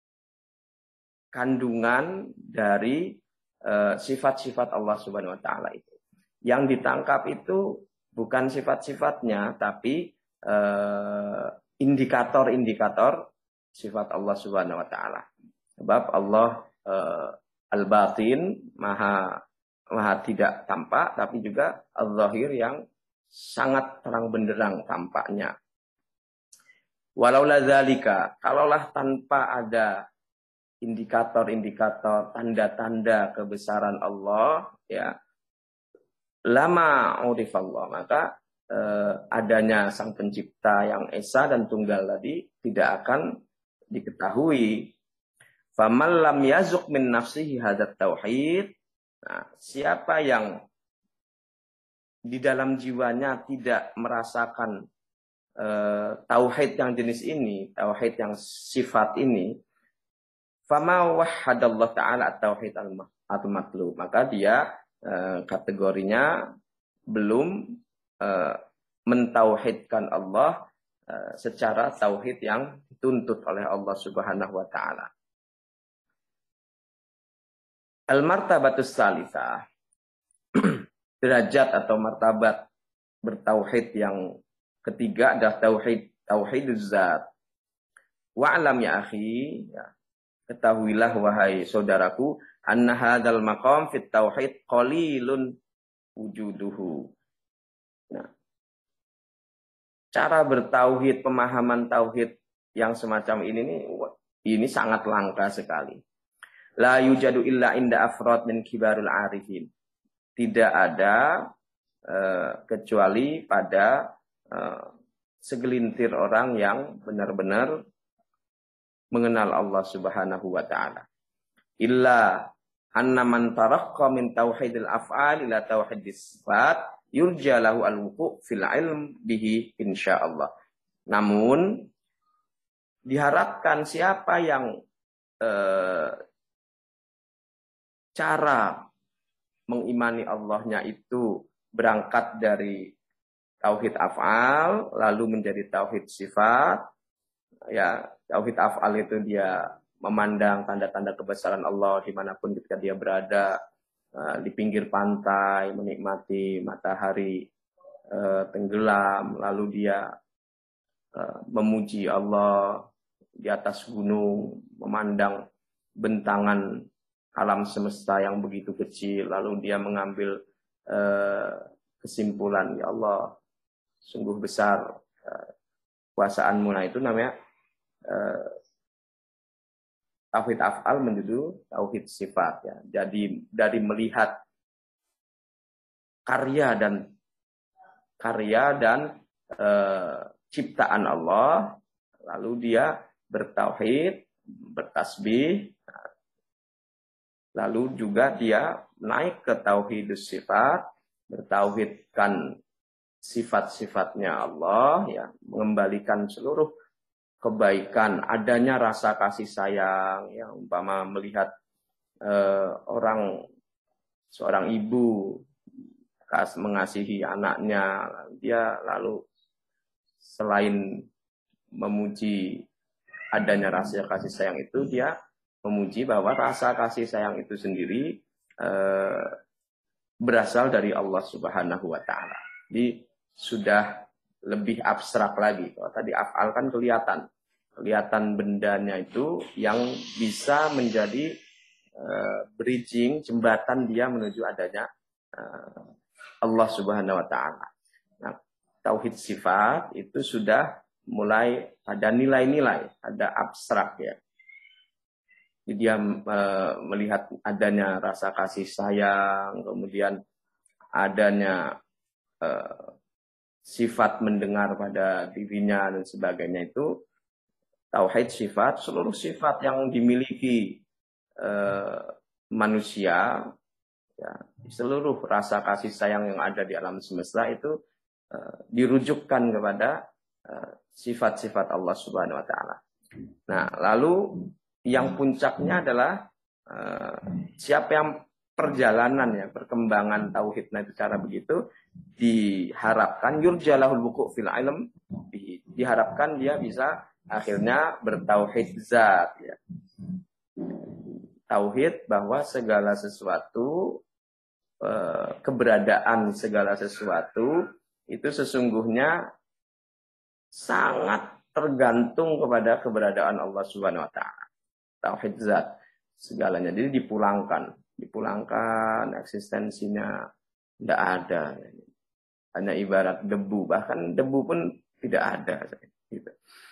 kandungan dari uh, sifat-sifat Allah Subhanahu wa taala itu. Yang ditangkap itu bukan sifat-sifatnya tapi uh, indikator-indikator sifat Allah Subhanahu wa taala. Sebab Allah uh, al-batin, maha maha tidak tampak, tapi juga al-zahir yang sangat terang benderang tampaknya. Walau ladzalika, kalaulah tanpa ada indikator-indikator, tanda-tanda kebesaran Allah, ya, lama urifallah, maka eh, adanya Sang Pencipta yang esa dan tunggal tadi tidak akan diketahui. Faman lam yazuk min nafsihi hadat tauhid. Nah, siapa yang di dalam jiwanya tidak merasakan uh, tauhid yang jenis ini, tauhid yang sifat ini, fama wahhadallah ta'ala at-tauhid al-matlub. Maka dia uh, kategorinya belum uh, mentauhidkan Allah uh, secara tauhid yang dituntut oleh Allah Subhanahu wa taala. Al-martabatus salitsah, derajat atau martabat bertauhid yang ketiga adalah tauhid tauhiduz zat. Wa'lam ya akhi, ya, ketahuilah wahai saudaraku, anna hadzal maqam fit tauhid qalilun wujuduhu. Nah, cara bertauhid, pemahaman tauhid yang semacam ini nih, ini sangat langka sekali. La yujadu illa inda afrad min kibarul arifin. Tidak ada uh, kecuali pada uh, segelintir orang yang benar-benar mengenal Allah Subhanahu wa taala. Illa anna man taraqqa min tauhidil af'al ila tauhidis sifat yurja lahu al-wuqu' fil ilm bihi insyaallah. Namun diharapkan siapa yang uh, cara mengimani Allahnya itu berangkat dari tauhid af'al lalu menjadi tauhid sifat. Ya, tauhid af'al itu dia memandang tanda-tanda kebesaran Allah dimanapun ketika dia berada, di pinggir pantai menikmati matahari tenggelam, lalu dia memuji Allah di atas gunung, memandang bentangan alam semesta yang begitu kecil, lalu dia mengambil uh, kesimpulan, ya Allah, sungguh besar uh, kuasaanmu. Nah, itu namanya uh, tauhid af'al menuju tauhid sifat. Ya. Jadi dari melihat karya dan karya dan uh, ciptaan Allah, lalu dia bertauhid, bertasbih. Lalu juga dia naik ke tauhidus sifat, bertauhidkan sifat-sifatnya Allah, ya, mengembalikan seluruh kebaikan, adanya rasa kasih sayang, ya, umpama melihat eh, orang seorang ibu kas mengasihi anaknya, dia lalu selain memuji adanya rasa kasih sayang itu, dia memuji bahwa rasa kasih sayang itu sendiri eh, berasal dari Allah Subhanahu wa taala. Jadi sudah lebih abstrak lagi. Kalau tadi af'al kan kelihatan. Kelihatan bendanya itu yang bisa menjadi eh, bridging, jembatan dia menuju adanya eh, Allah Subhanahu wa taala. Nah, tauhid sifat itu sudah mulai ada nilai-nilai, ada abstrak, ya. Dia uh, melihat adanya rasa kasih sayang, kemudian adanya uh, sifat mendengar pada dirinya dan sebagainya. Itu tauhid sifat, seluruh sifat yang dimiliki uh, manusia, ya, seluruh rasa kasih sayang yang ada di alam semesta itu uh, dirujukkan kepada sifat-sifat uh, Allah Subhanahu wa taala. Nah, lalu yang puncaknya adalah uh, siapa yang perjalanan ya, perkembangan tauhidnya secara begitu diharapkan yurjalahul wuqu' fil ilm, di, diharapkan dia bisa akhirnya bertauhid zat ya. Tauhid bahwa segala sesuatu eh, keberadaan segala sesuatu itu sesungguhnya sangat tergantung kepada keberadaan Allah Subhanahu wa taala. Tauhid zat segalanya, jadi dipulangkan dipulangkan eksistensinya tidak ada, hanya ibarat debu, bahkan debu pun tidak ada gitu.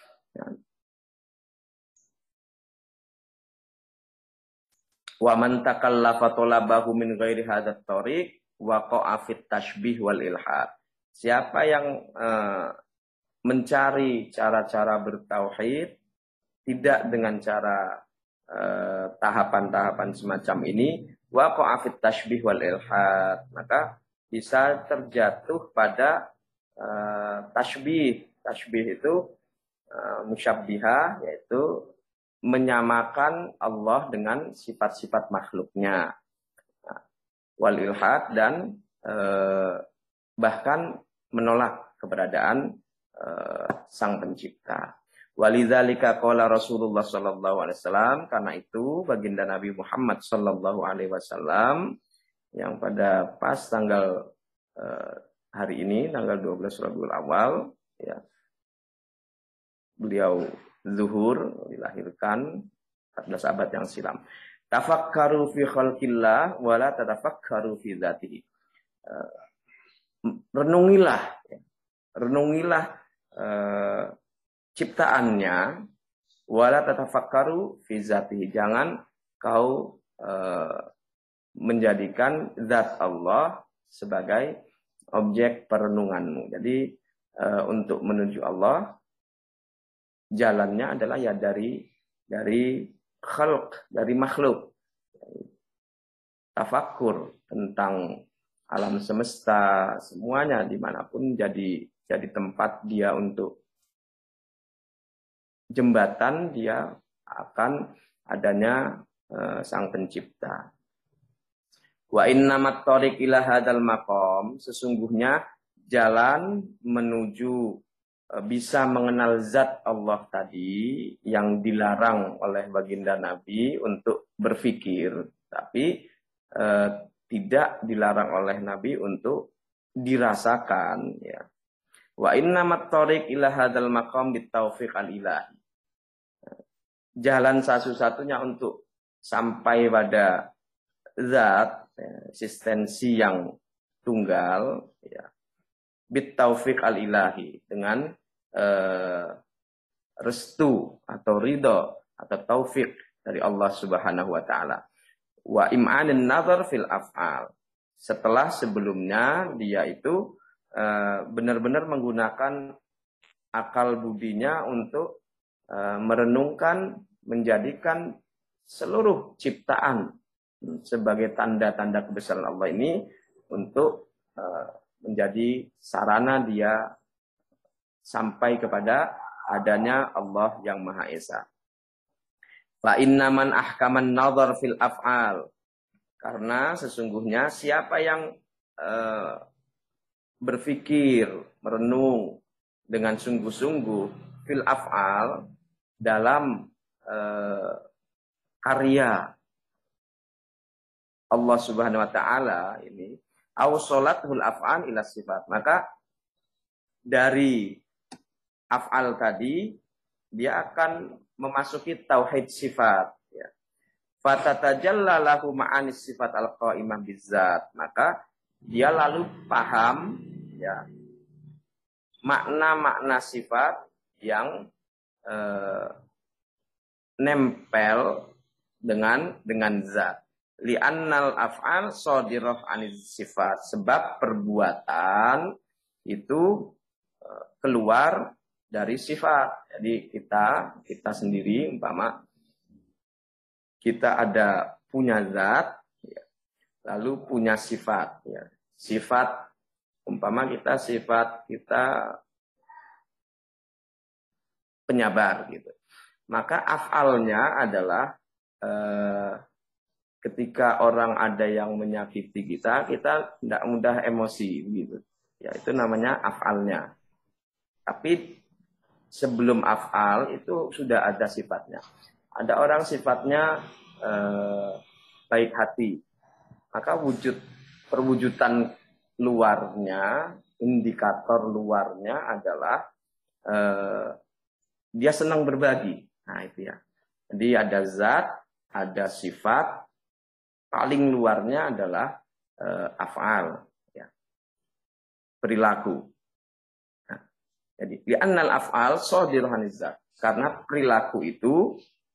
Wa man takallafa talabahu min ghairi hadzat thariq waqa'a fit tashbih wal ilhad. Siapa yang uh, mencari cara-cara bertauhid tidak dengan cara tahapan-tahapan uh, semacam ini, waqa'a fit tashbih wal ilhad, maka bisa terjatuh pada uh, tashbih. Tashbih itu uh, musyabbiha, yaitu menyamakan Allah dengan sifat-sifat makhluknya. Nah, wal ilhad, dan uh, bahkan menolak keberadaan uh, Sang Pencipta. Walidzalika qala Rasulullah sallallahu alaihi wasallam, karena itu baginda Nabi Muhammad sallallahu alaihi wasallam yang pada pas tanggal uh, hari ini tanggal dua belas Rabiul Awal ya, beliau zuhur, dilahirkan empat belas abad yang silam. Tafakkaru fi khalqillah wa la tatafakkaru fi dzatihi. Uh, renungilah ya, renungilah uh, ciptaannya, wala tatafakkaru fi dzatihi, jangan kau uh, menjadikan zat Allah sebagai objek perenunganmu. Jadi uh, untuk menuju Allah jalannya adalah ya dari dari khalq, dari makhluk. Tafakkur tentang alam semesta semuanya dimanapun jadi jadi tempat dia untuk jembatan dia akan adanya uh, Sang Pencipta. Wa innamat thariq ila hadzal maqam, sesungguhnya jalan menuju uh, bisa mengenal zat Allah tadi yang dilarang oleh baginda Nabi untuk berpikir, tapi uh, tidak dilarang oleh Nabi untuk dirasakan ya. Wa innamat thariq ila hadzal maqam bitaufiq al-ilahi. Jalan satu-satunya untuk sampai pada zat ya, eksistensi yang tunggal ya, bitaufiq al-ilahi, dengan eh, restu atau ridho atau taufik dari Allah Subhanahu wa taala. Wa im'anin nazar fil af'al. Setelah sebelumnya dia itu benar-benar menggunakan akal budinya untuk uh, merenungkan, menjadikan seluruh ciptaan sebagai tanda-tanda kebesaran Allah ini untuk uh, menjadi sarana dia sampai kepada adanya Allah yang Maha Esa. Fa innaman ahkaman nazar fil af'al, karena sesungguhnya siapa yang uh, berpikir, merenung dengan sungguh-sungguh fil af'al, dalam eh, karya Allah Subhanahu wa taala ini, awsalatul af'al ila sifat, maka dari af'al tadi dia akan memasuki tauhid sifat ya. Fatatajalla lahu ma'anis sifat al-qa'imah bizzat, maka dia lalu paham ya makna-makna sifat yang eh, nempel dengan dengan zat. Li'annal af'al shadirah aniz sifat, sebab perbuatan itu eh, keluar dari sifat. Jadi kita kita sendiri umpama kita ada punya zat ya, lalu punya sifat ya. Sifat Umpama kita sifat kita penyabar gitu. Maka af'alnya adalah eh, ketika orang ada yang menyakiti kita, kita tidak mudah emosi gitu. Ya, itu namanya af'alnya. Tapi sebelum af'al itu sudah ada sifatnya. Ada orang sifatnya eh, baik hati. Maka wujud perwujudan luarnya, indikator luarnya adalah eh, dia senang berbagi. Nah itu ya. Jadi ada zat, ada sifat, paling luarnya adalah eh, af'al, ya. Perilaku. Nah, jadi li'annal af'al shadirun anil zat. Karena perilaku itu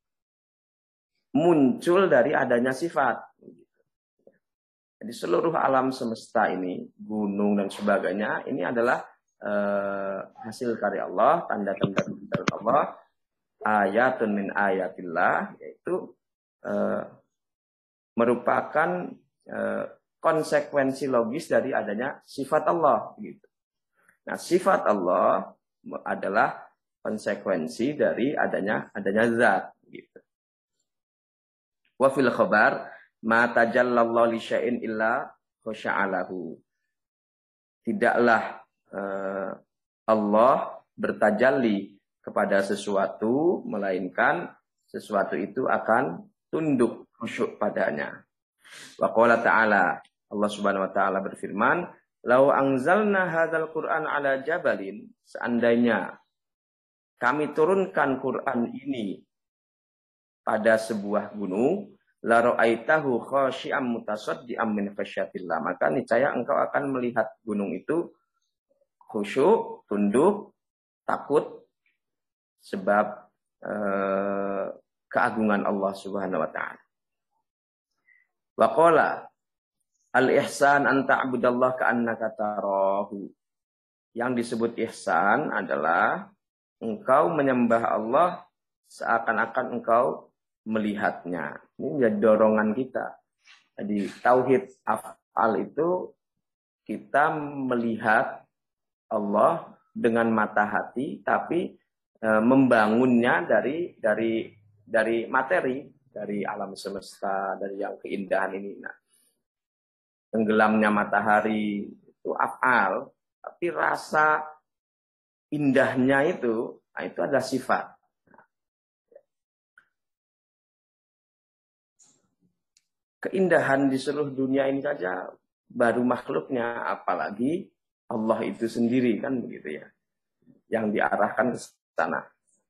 muncul dari adanya sifat. Jadi seluruh alam semesta ini, gunung dan sebagainya, ini adalah eh, hasil karya Allah, tanda-tanda dari Allah, ayatun min ayatillah, yaitu eh, merupakan eh, konsekuensi logis dari adanya sifat Allah. Gitu. Nah, sifat Allah adalah konsekuensi dari adanya adanya zat. Gitu. Wa fil khabar ma tajallallahu li syai'in illa khusya'alahu. Tidaklah uh, Allah bertajalli kepada sesuatu melainkan sesuatu itu akan tunduk khusyuk padanya. Wa qala ta'ala, Allah Subhanahu wa taala berfirman, "Lau anzalna hadzal Qur'an 'ala jabalin", seandainya kami turunkan Quran ini pada sebuah gunung, la ra'aitahu khashi'am mutasaddiam min khasyatillah, maka niscaya engkau akan melihat gunung itu khusyuk, tunduk, takut sebab eh, keagungan Allah Subhanahu wa taala. Wa qala al-ihsan an ta'budallah ka'annaka tarahu. Yang disebut ihsan adalah engkau menyembah Allah seakan-akan engkau melihatnya. Ini menjadi dorongan kita. Jadi tauhid af'al itu kita melihat Allah dengan mata hati, tapi e, membangunnya dari dari dari materi, dari alam semesta, dari yang keindahan ini. Nah, tenggelamnya matahari itu af'al, tapi rasa indahnya itu, nah itu adalah sifat. Keindahan di seluruh dunia ini saja baru makhluknya, apalagi Allah itu sendiri, kan begitu ya, yang diarahkan ke sana.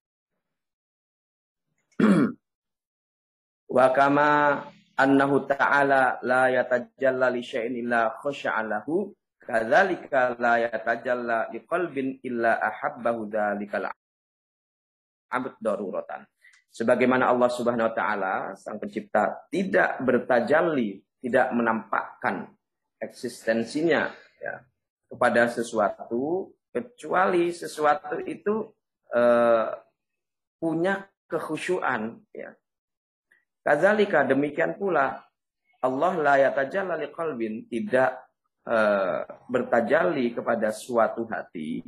Wa kama annahu ta'ala la yatajalla li syai'in illa khusya'alahu, kadzalika la yatajalla li qalbin illa ahabbahu dzalikal 'abd daruratan. Sebagaimana Allah Subhanahu wa taala, Sang Pencipta, tidak bertajalli, tidak menampakkan eksistensinya ya, kepada sesuatu kecuali sesuatu itu eh, punya kekhusyuan ya. Kadzalika, demikian pula Allah la yatajalla liqalbin, tidak eh, bertajalli kepada suatu hati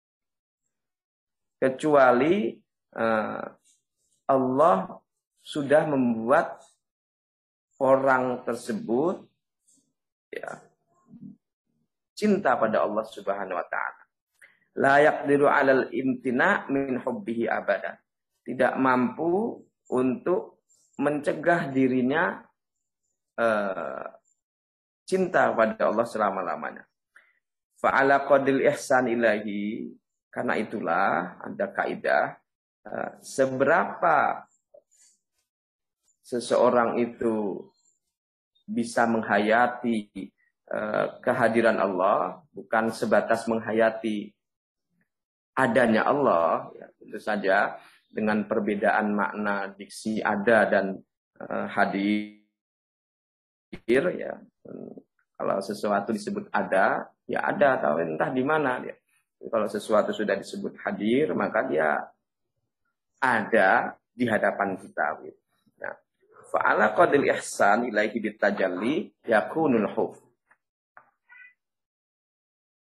kecuali eh, Allah sudah membuat orang tersebut ya, cinta pada Allah Subhanahu wa taala. La yaqdiru 'alal imtina' min hubbihi abada. Tidak mampu untuk mencegah dirinya uh, cinta pada Allah selama-lamanya. Fa'ala qadil ihsan ilahi, karena itulah ada kaidah uh, seberapa seseorang itu bisa menghayati uh, kehadiran Allah, bukan sebatas menghayati adanya Allah, ya, tentu saja dengan perbedaan makna diksi ada dan uh, hadir, ya. Kalau sesuatu disebut ada, ya ada, atau entah di mana dia. Kalau sesuatu sudah disebut hadir, maka dia ada di hadapan kita. Nah, fa'ala qadil ihsan ilaihi bitajalli yakunul huf.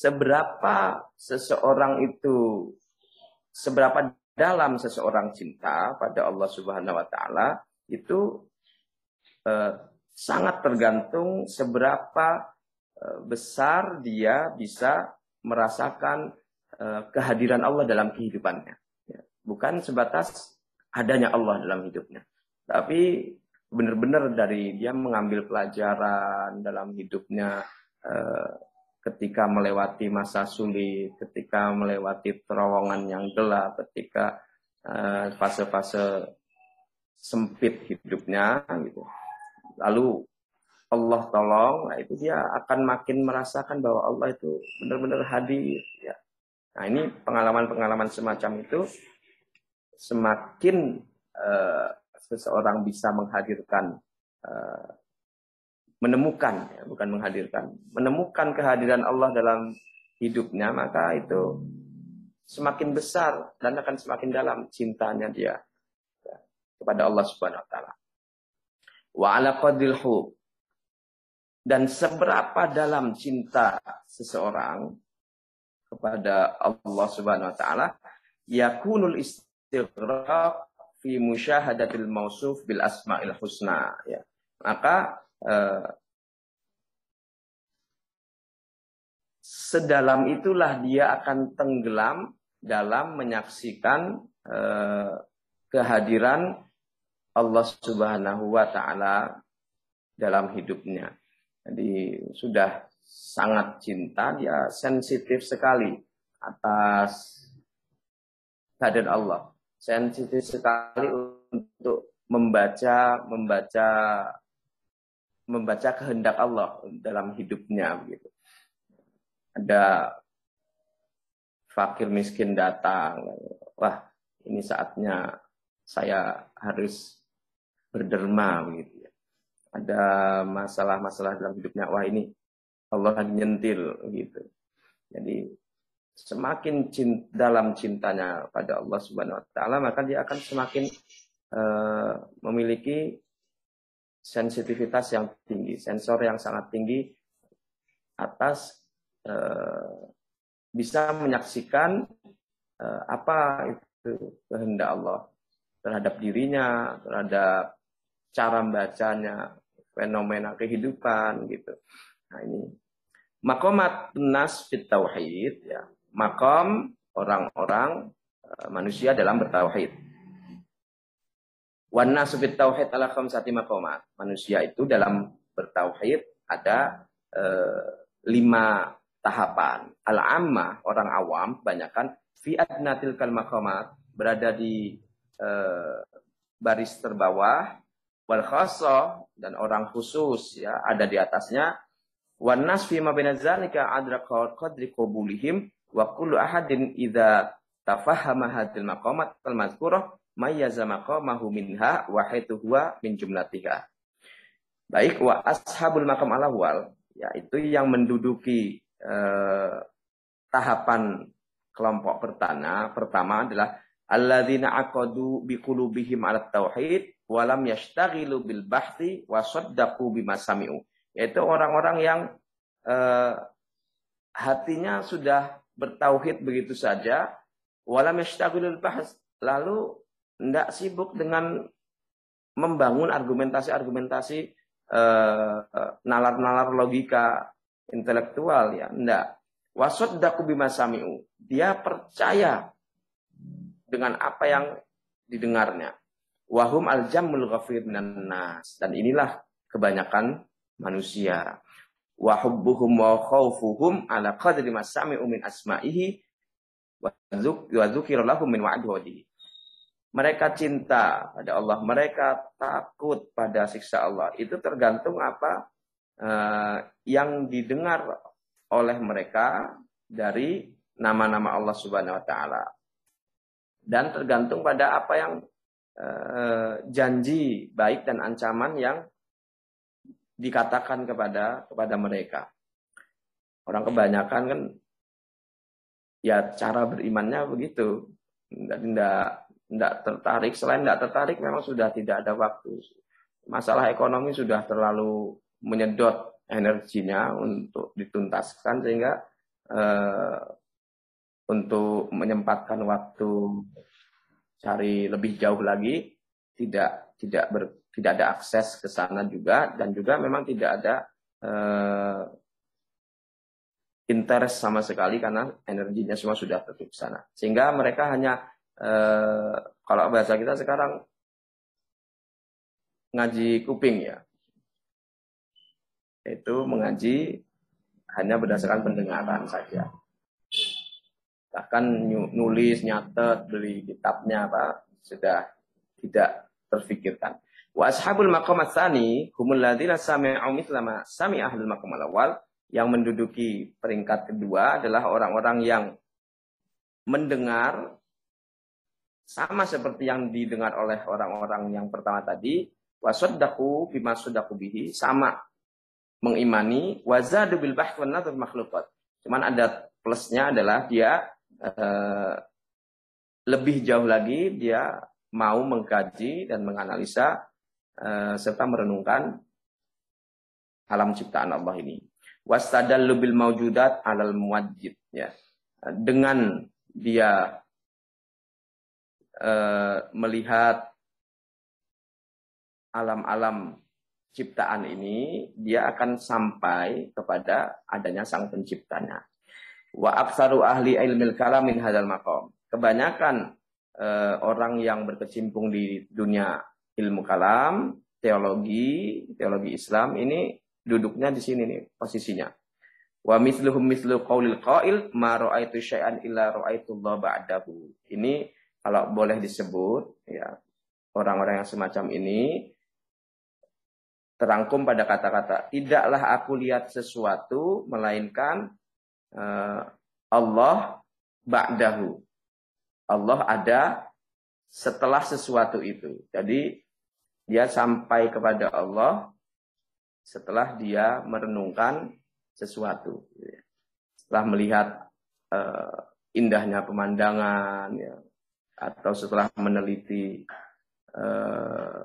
seberapa seseorang itu, seberapa dalam seseorang cinta pada Allah Subhanahu wa taala itu eh, sangat tergantung seberapa eh, besar dia bisa merasakan eh, kehadiran Allah dalam kehidupannya. Ya, bukan sebatas adanya Allah dalam hidupnya, tapi benar-benar dari dia mengambil pelajaran dalam hidupnya eh, ketika melewati masa sulit, ketika melewati terowongan yang gelap, ketika uh, fase-fase sempit hidupnya, gitu. Lalu Allah tolong, nah itu dia akan makin merasakan bahwa Allah itu benar-benar hadir. Ya. Nah ini pengalaman-pengalaman semacam itu semakin uh, seseorang bisa menghadirkan uh, menemukan, ya, bukan menghadirkan, menemukan kehadiran Allah dalam hidupnya, maka itu semakin besar dan akan semakin dalam cintanya dia ya, kepada Allah Subhanahu wa taala. Wa ala qadril hub, dan seberapa dalam cinta seseorang kepada Allah Subhanahu wa taala, yakunul istighraq fi musyahadatil mausuf bil asmail husna, ya. Maka Uh, sedalam itulah dia akan tenggelam dalam menyaksikan uh, kehadiran Allah Subhanahu wa taala dalam hidupnya. Jadi sudah sangat cinta, dia sensitif sekali atas kehadiran Allah. Sensitif sekali untuk membaca membaca membaca kehendak Allah dalam hidupnya begitu. Ada fakir miskin datang, wah ini saatnya saya harus berderma begitu ya. Ada masalah-masalah dalam hidupnya, wah ini Allah lagi nyentil gitu. Jadi semakin cinta, dalam cintanya pada Allah Subhanahu wa taala, maka dia akan semakin uh, memiliki sensitivitas yang tinggi, sensor yang sangat tinggi atas eh, bisa menyaksikan eh, apa itu kehendak Allah terhadap dirinya, terhadap cara membacanya, fenomena kehidupan gitu. Nah ini maqamat nas fit tauhid, ya, maqam orang-orang eh, manusia dalam bertauhid. Wan nasu fit tauhid ala khamsati maqamat. Manusia itu dalam bertauhid ada eh, lima tahapan. Al-ammah, orang awam kebanyakan fi adnatil kal maqamat, berada di eh, baris terbawah. Wal khassah, dan orang khusus ya ada di atasnya. Wan nas fi ma baina zalika adraka qadri qabulihim wa kullu ahadin idza tafahhama hadhil maqamat al mazkurah mayyaza maqamahu minha wa haitu huwa min jumlatiha. Baik, wa ashabul maqam al-awwal, yaitu yang menduduki eh, tahapan kelompok pertama pertama adalah alladzina aqadu biqulubihim 'ala tauhid wa lam yashtaghilu bil bahthi wa saddaqu bima sami'u. Yaitu orang-orang yang eh, hatinya sudah bertauhid begitu saja, wa lam yashtaghilu bil bahth, lalu tidak sibuk dengan membangun argumentasi-argumentasi eh, nalar-nalar logika intelektual, ya, tidak. Wasaddaqu bima sami'u, dia percaya dengan apa yang didengarnya. Wahum al-jammul ghafir minan nas, dan inilah kebanyakan manusia. Wa hubbuhum wa khaufuhum ala qadri ma sami'u min asma'ihi wa dzukira lahum min wa'dihi. Mereka cinta pada Allah, mereka takut pada siksa Allah. Itu tergantung apa uh, yang didengar oleh mereka dari nama-nama Allah Subhanahu wa taala. Dan tergantung pada apa yang uh, janji baik dan ancaman yang dikatakan kepada kepada mereka. Orang kebanyakan kan ya cara berimannya begitu. Tidak tidak tertarik, selain tidak tertarik memang sudah tidak ada waktu. Masalah ekonomi sudah terlalu menyedot energinya untuk dituntaskan, sehingga uh, untuk menyempatkan waktu cari lebih jauh lagi, tidak tidak ber, tidak ada akses ke sana juga, dan juga memang tidak ada uh, interest sama sekali karena energinya semua sudah tertutup ke sana. Sehingga mereka hanya uh, kalau bahasa kita sekarang ngaji kuping ya. Itu mengaji hanya berdasarkan pendengaran saja. Bahkan nulis, nyatet, beli kitabnya apa sudah tidak terfikirkan. Wa ashabul maqam tsani humul ladzina sami'u mithla ma sami'a ahlul maqam awal. Yang menduduki peringkat kedua adalah orang-orang yang mendengar sama seperti yang didengar oleh orang-orang yang pertama tadi, wa saddaqu bima saddaqu bihi, sama mengimani, wa zadu bil bahth wan nadhr makhluqat. Cuman ada plusnya adalah dia Uh, lebih jauh lagi, dia mau mengkaji dan menganalisa uh, serta merenungkan alam ciptaan Allah ini. Wastadallu bil mawjudat alal muwajjid, ya. Dengan dia uh, melihat alam-alam ciptaan ini, dia akan sampai kepada adanya sang penciptanya. Wa aktsaru ahli ilmil kalam min hadzal maqam. Kebanyakan eh, orang yang berkecimpung di dunia ilmu kalam, teologi, teologi Islam ini duduknya di sini nih posisinya. Wa mithluhum mithlu qaulil qail ma ra'aitu syai'an illa ra'aitullah ba'dahu. Ini kalau boleh disebut ya, orang-orang yang semacam ini terangkum pada kata-kata, tidaklah aku lihat sesuatu melainkan Uh, Allah ba'dahu. Allah ada setelah sesuatu itu. Jadi dia sampai kepada Allah setelah dia merenungkan sesuatu. Setelah melihat uh, indahnya pemandangan, ya, atau setelah meneliti uh,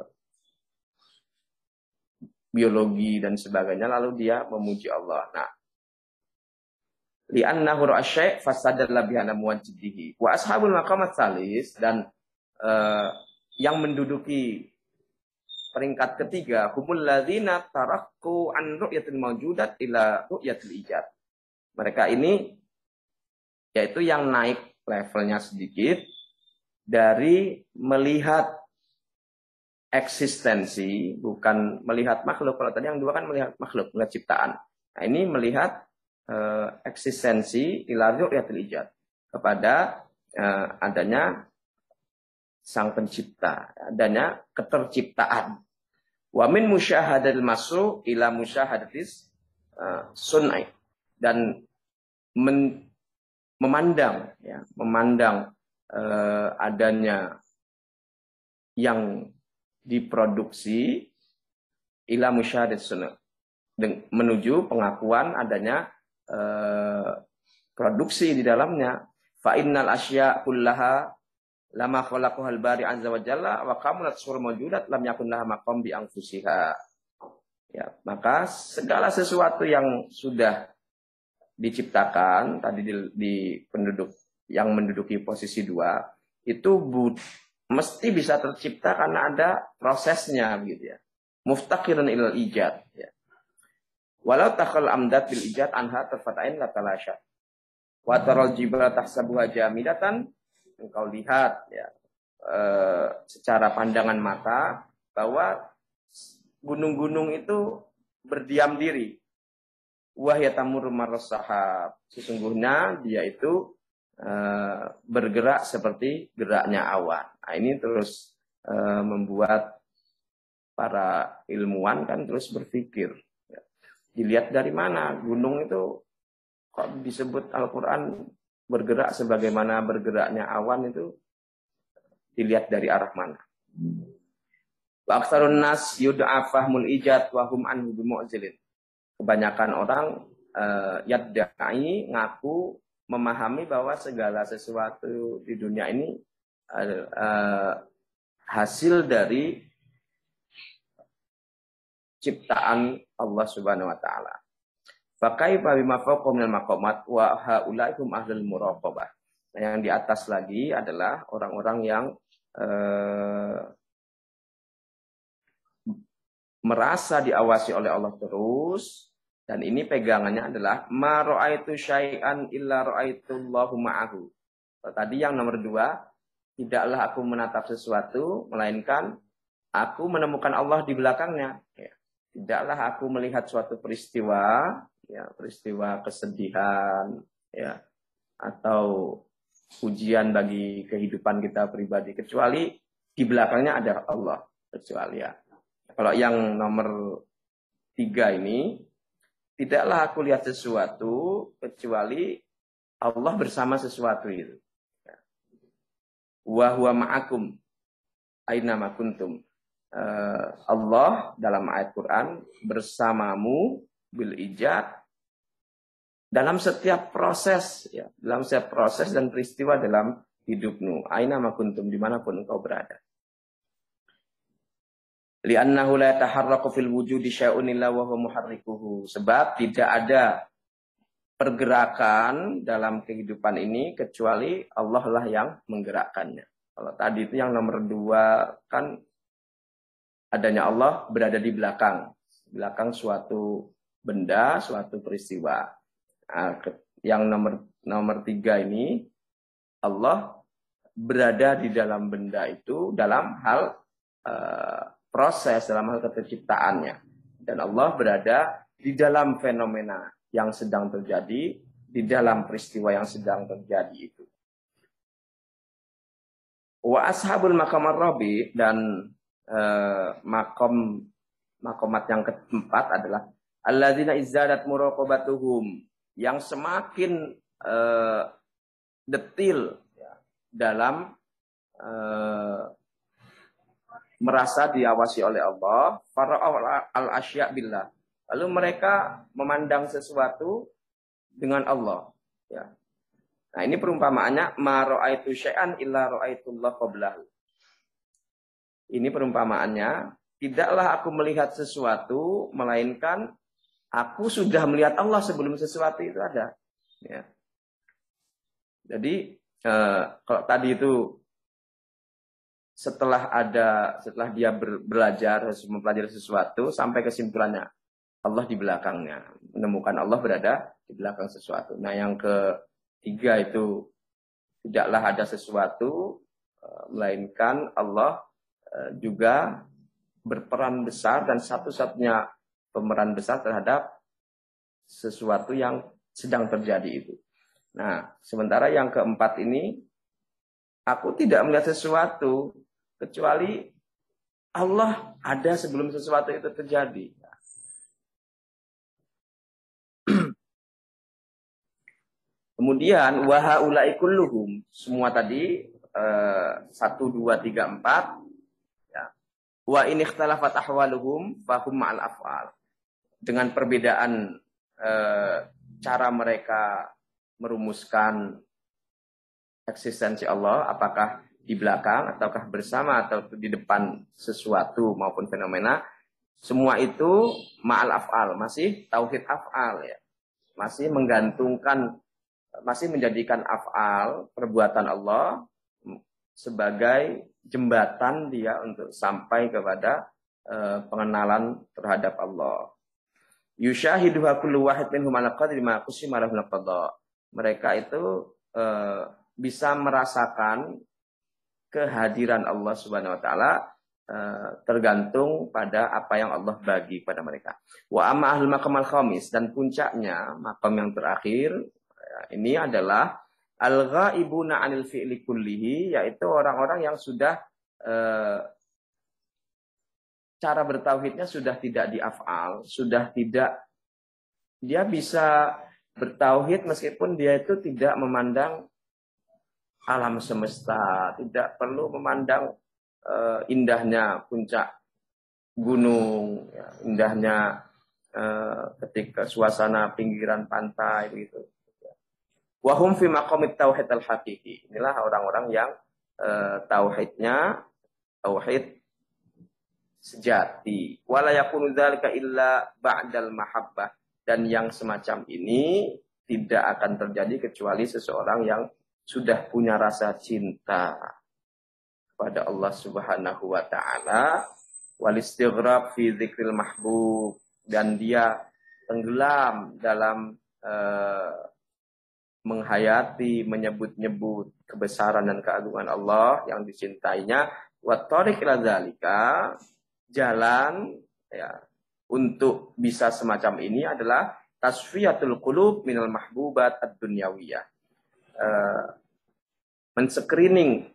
biologi dan sebagainya, lalu dia memuji Allah. Nah, li'annahu ra'asy' fasadalla bihana muwajjidihi. Wa ashabul maqamat tsalis, dan uh, yang menduduki peringkat ketiga, humul ladzina tarakku an ru'yatil mawjudat ila ru'yatil ijad. Mereka ini yaitu yang naik levelnya sedikit dari melihat eksistensi, bukan melihat makhluk. Kalau tadi yang dua kan melihat makhluk, melihat ciptaan. Nah, ini melihat Uh, eksistensi ila ru'yatil ijad, kepada uh, adanya sang pencipta, adanya keterciptaan. Wa min musyahadatil masru ila musyahadatis uh, sunai, dan men, memandang ya, memandang uh, adanya yang diproduksi ila musyahadatis sunai, menuju pengakuan adanya Uh, produksi di dalamnya. Fa innal asya kullaha lama khalaqahal bari azza wa jalla wa kamulat sur mawjudat lam yakun laha maqam bi anfusiha. Ya, maka segala sesuatu yang sudah diciptakan tadi di, di penduduk yang menduduki posisi dua itu but, mesti bisa tercipta karena ada prosesnya gitu ya. Muftaqirun ilal ijad, ya. Walau takhal amdat bil ijad anha terfatain la talasha. Wa taral jibala tahsabuha jamidatan, engkau lihat ya e, secara pandangan mata bahwa gunung-gunung itu berdiam diri. Wahya tamur marras sahab, sesungguhnya dia itu e, bergerak seperti geraknya awan. Nah, ini terus e, membuat para ilmuwan kan terus berpikir. Dilihat dari mana gunung itu kok disebut Al-Quran bergerak sebagaimana bergeraknya awan, itu dilihat dari arah mana. Wa aktsarun nas yud'a fahmul ijad wa hum anhu bimu'zilin. Kebanyakan orang uh, yadda'i, ngaku memahami bahwa segala sesuatu di dunia ini uh, uh, hasil dari ciptaan Allah Subhanahu wa taala. Fakaifa bima fawqahum minal maqamat wa haula'i hum ahlul muraqabah. Nah, yang di atas lagi adalah orang-orang yang eh, merasa diawasi oleh Allah terus, dan ini pegangannya adalah ma ra'aitu syai'an illa ra'aitullahu ma'ahu. Tadi yang nomor dua, tidaklah aku menatap sesuatu melainkan aku menemukan Allah di belakangnya. Ya. Tidaklah aku melihat suatu peristiwa, ya, peristiwa kesedihan, ya, atau ujian bagi kehidupan kita pribadi, kecuali di belakangnya ada Allah, kecuali ya. Kalau yang nomor tiga ini, tidaklah aku lihat sesuatu kecuali Allah bersama sesuatu itu. Wa huwa ma'akum aina ma kuntum. Uh, Allah dalam ayat Quran bersamamu bil ijad dalam setiap proses, ya, dalam setiap proses dan peristiwa dalam hidupmu. Aina ma kuntum, dimanapun engkau berada. Li'annahu la yataharraku fil wujudi syai'un illa wa huwa muharrikuhu. Sebab tidak ada pergerakan dalam kehidupan ini kecuali Allah lah yang menggerakkannya. Kalau tadi itu yang nomor dua kan adanya Allah berada di belakang, belakang suatu benda, suatu peristiwa. Nah, yang nomor nomor tiga ini Allah berada di dalam benda itu dalam hal uh, proses, dalam hal keterciptaannya, dan Allah berada di dalam fenomena yang sedang terjadi, di dalam peristiwa yang sedang terjadi itu. Wa ashabul maqamar rabi, dan eh, makom makomat yang keempat adalah alladzina izzadat muraqabatuhum, yang semakin eh, detil ya, dalam eh, merasa diawasi oleh Allah, fara'u al-asya' billah. Lalu mereka memandang sesuatu dengan Allah. Ya. Nah, ini perumpamaannya ma ra'aitu syai'an illa ra'aitullah qablahu. Ini perumpamaannya, tidaklah aku melihat sesuatu melainkan aku sudah melihat Allah sebelum sesuatu itu ada. Ya. Jadi eh, kalau tadi itu setelah ada setelah dia ber, belajar mempelajari sesuatu sampai kesimpulannya Allah di belakangnya, menemukan Allah berada di belakang sesuatu. Nah, yang ketiga itu tidaklah ada sesuatu melainkan Allah juga berperan besar dan satu-satunya pemeran besar terhadap sesuatu yang sedang terjadi itu. Nah, sementara yang keempat ini, aku tidak melihat sesuatu kecuali Allah ada sebelum sesuatu itu terjadi. Kemudian wahaulai kulluhum, semua tadi eh, satu, dua, tiga, empat. Ya. Wa in ikhtalafat ahwaluhum fahum ma'al af'al. Dengan perbedaan eh, cara mereka merumuskan eksistensi Allah, apakah di belakang ataukah bersama atau di depan sesuatu maupun fenomena, semua itu ma'al af'al, masih tauhid af'al ya. Masih menggantungkan, masih menjadikan af'al, perbuatan Allah sebagai jembatan dia untuk sampai kepada uh, pengenalan terhadap Allah. Yushahiduha kullu wahid minhum ala qadri ma qusima lahu qada. Mereka itu uh, bisa merasakan kehadiran Allah Subhanahu wa taala uh, tergantung pada apa yang Allah bagi pada mereka. Wa amma ahlul maqamal khamis, dan puncaknya makam yang terakhir ini adalah al-ghaibuna 'anil fi'li kullihi, yaitu orang-orang yang sudah eh, cara bertauhidnya sudah tidak di af'al, sudah tidak, dia bisa bertauhid meskipun dia itu tidak memandang alam semesta, tidak perlu memandang eh, indahnya puncak gunung, ya, indahnya eh, ketika suasana pinggiran pantai begitu. Wahum fi maqamit tauhid al-haqiqi. Inilah orang-orang yang uh, tauhidnya tauhid sejati. Wala yakunu dzalika illa ba'dal mahabbah. Dan yang semacam ini tidak akan terjadi kecuali seseorang yang sudah punya rasa cinta kepada Allah Subhanahu wa taala, wal istighraq fi dzikril mahbub, dan dia tenggelam dalam uh, menghayati, menyebut-nyebut kebesaran dan keagungan Allah yang dicintainya. Wa thariq ila dzalika, jalan ya untuk bisa semacam ini adalah tasfiyatul qulub minal mahbubat ad-dunyawiyah. Uh, men-screening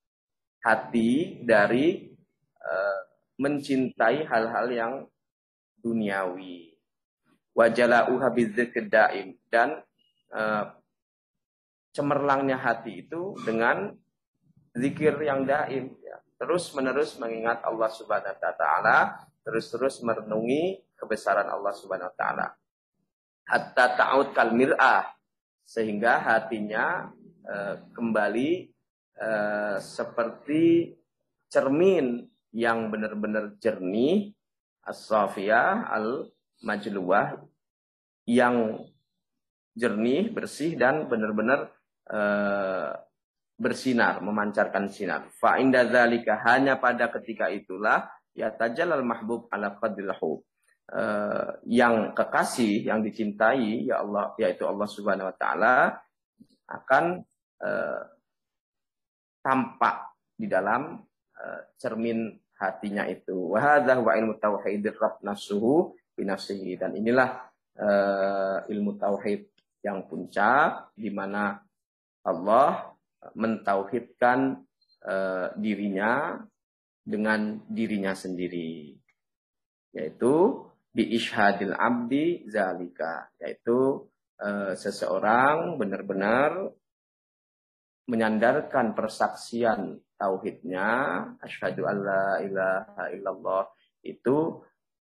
hati dari uh, mencintai hal-hal yang duniawi. Wajala'uha bidzikr daim, dan uh, cemerlangnya hati itu dengan zikir yang daim, ya. Terus menerus mengingat Allah Subhanahu wa taala, terus-terus merenungi kebesaran Allah Subhanahu wa taala. Hatta ta'ud kal mir'ah, sehingga hatinya uh, kembali uh, seperti cermin yang benar-benar jernih, as-safiyah al-majluwah, yang jernih, bersih, dan benar-benar uh, bersinar, memancarkan sinar. Fa inda dzalika, hanya pada ketika itulah ya tajallal mahbub ala qadril hub. Uh, yang kekasih, yang dicintai ya Allah, yaitu Allah Subhanahu wa taala, akan uh, tampak di dalam uh, cermin hatinya itu. Wa hadza wa ilmu tauhidir rabb nafsuhu bi nafsihi, dan inilah uh, ilmu tauhid yang puncak, di mana Allah mentauhidkan uh, dirinya dengan dirinya sendiri, yaitu bi isyhadil abdi zalika, yaitu uh, seseorang benar-benar menyandarkan persaksian tauhidnya, asyhadu alla ilaha illallah, itu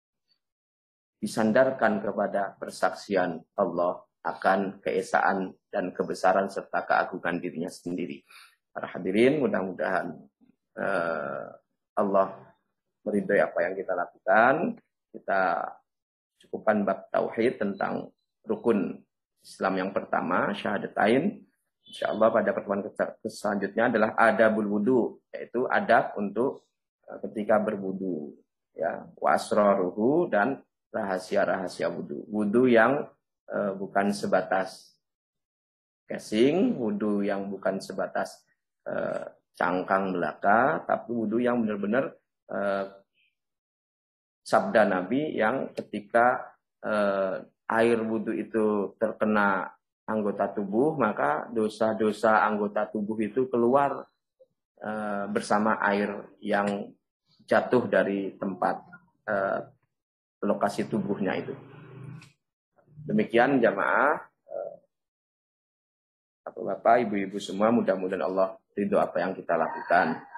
disandarkan kepada persaksian Allah akan keesaan dan kebesaran serta keagungan dirinya sendiri. Para hadirin, mudah-mudahan uh, Allah meridhai apa yang kita lakukan. Kita cukupkan bab tauhid tentang rukun Islam yang pertama, syahadatain. Insyaallah pada pertemuan selanjutnya adalah adabul wudu, yaitu adab untuk uh, ketika berwudu, ya, wa asraruhu, dan rahasia-rahasia wudu. Wudu yang uh, bukan sebatas casing, wudu yang bukan sebatas uh, cangkang belaka, tapi wudu yang benar-benar uh, sabda Nabi yang ketika uh, air wudu itu terkena anggota tubuh, maka dosa-dosa anggota tubuh itu keluar uh, bersama air yang jatuh dari tempat uh, lokasi tubuhnya itu. Demikian jamaah, uh, Bapak-bapak, ibu-ibu semua, mudah-mudahan Allah ridho apa yang kita lakukan.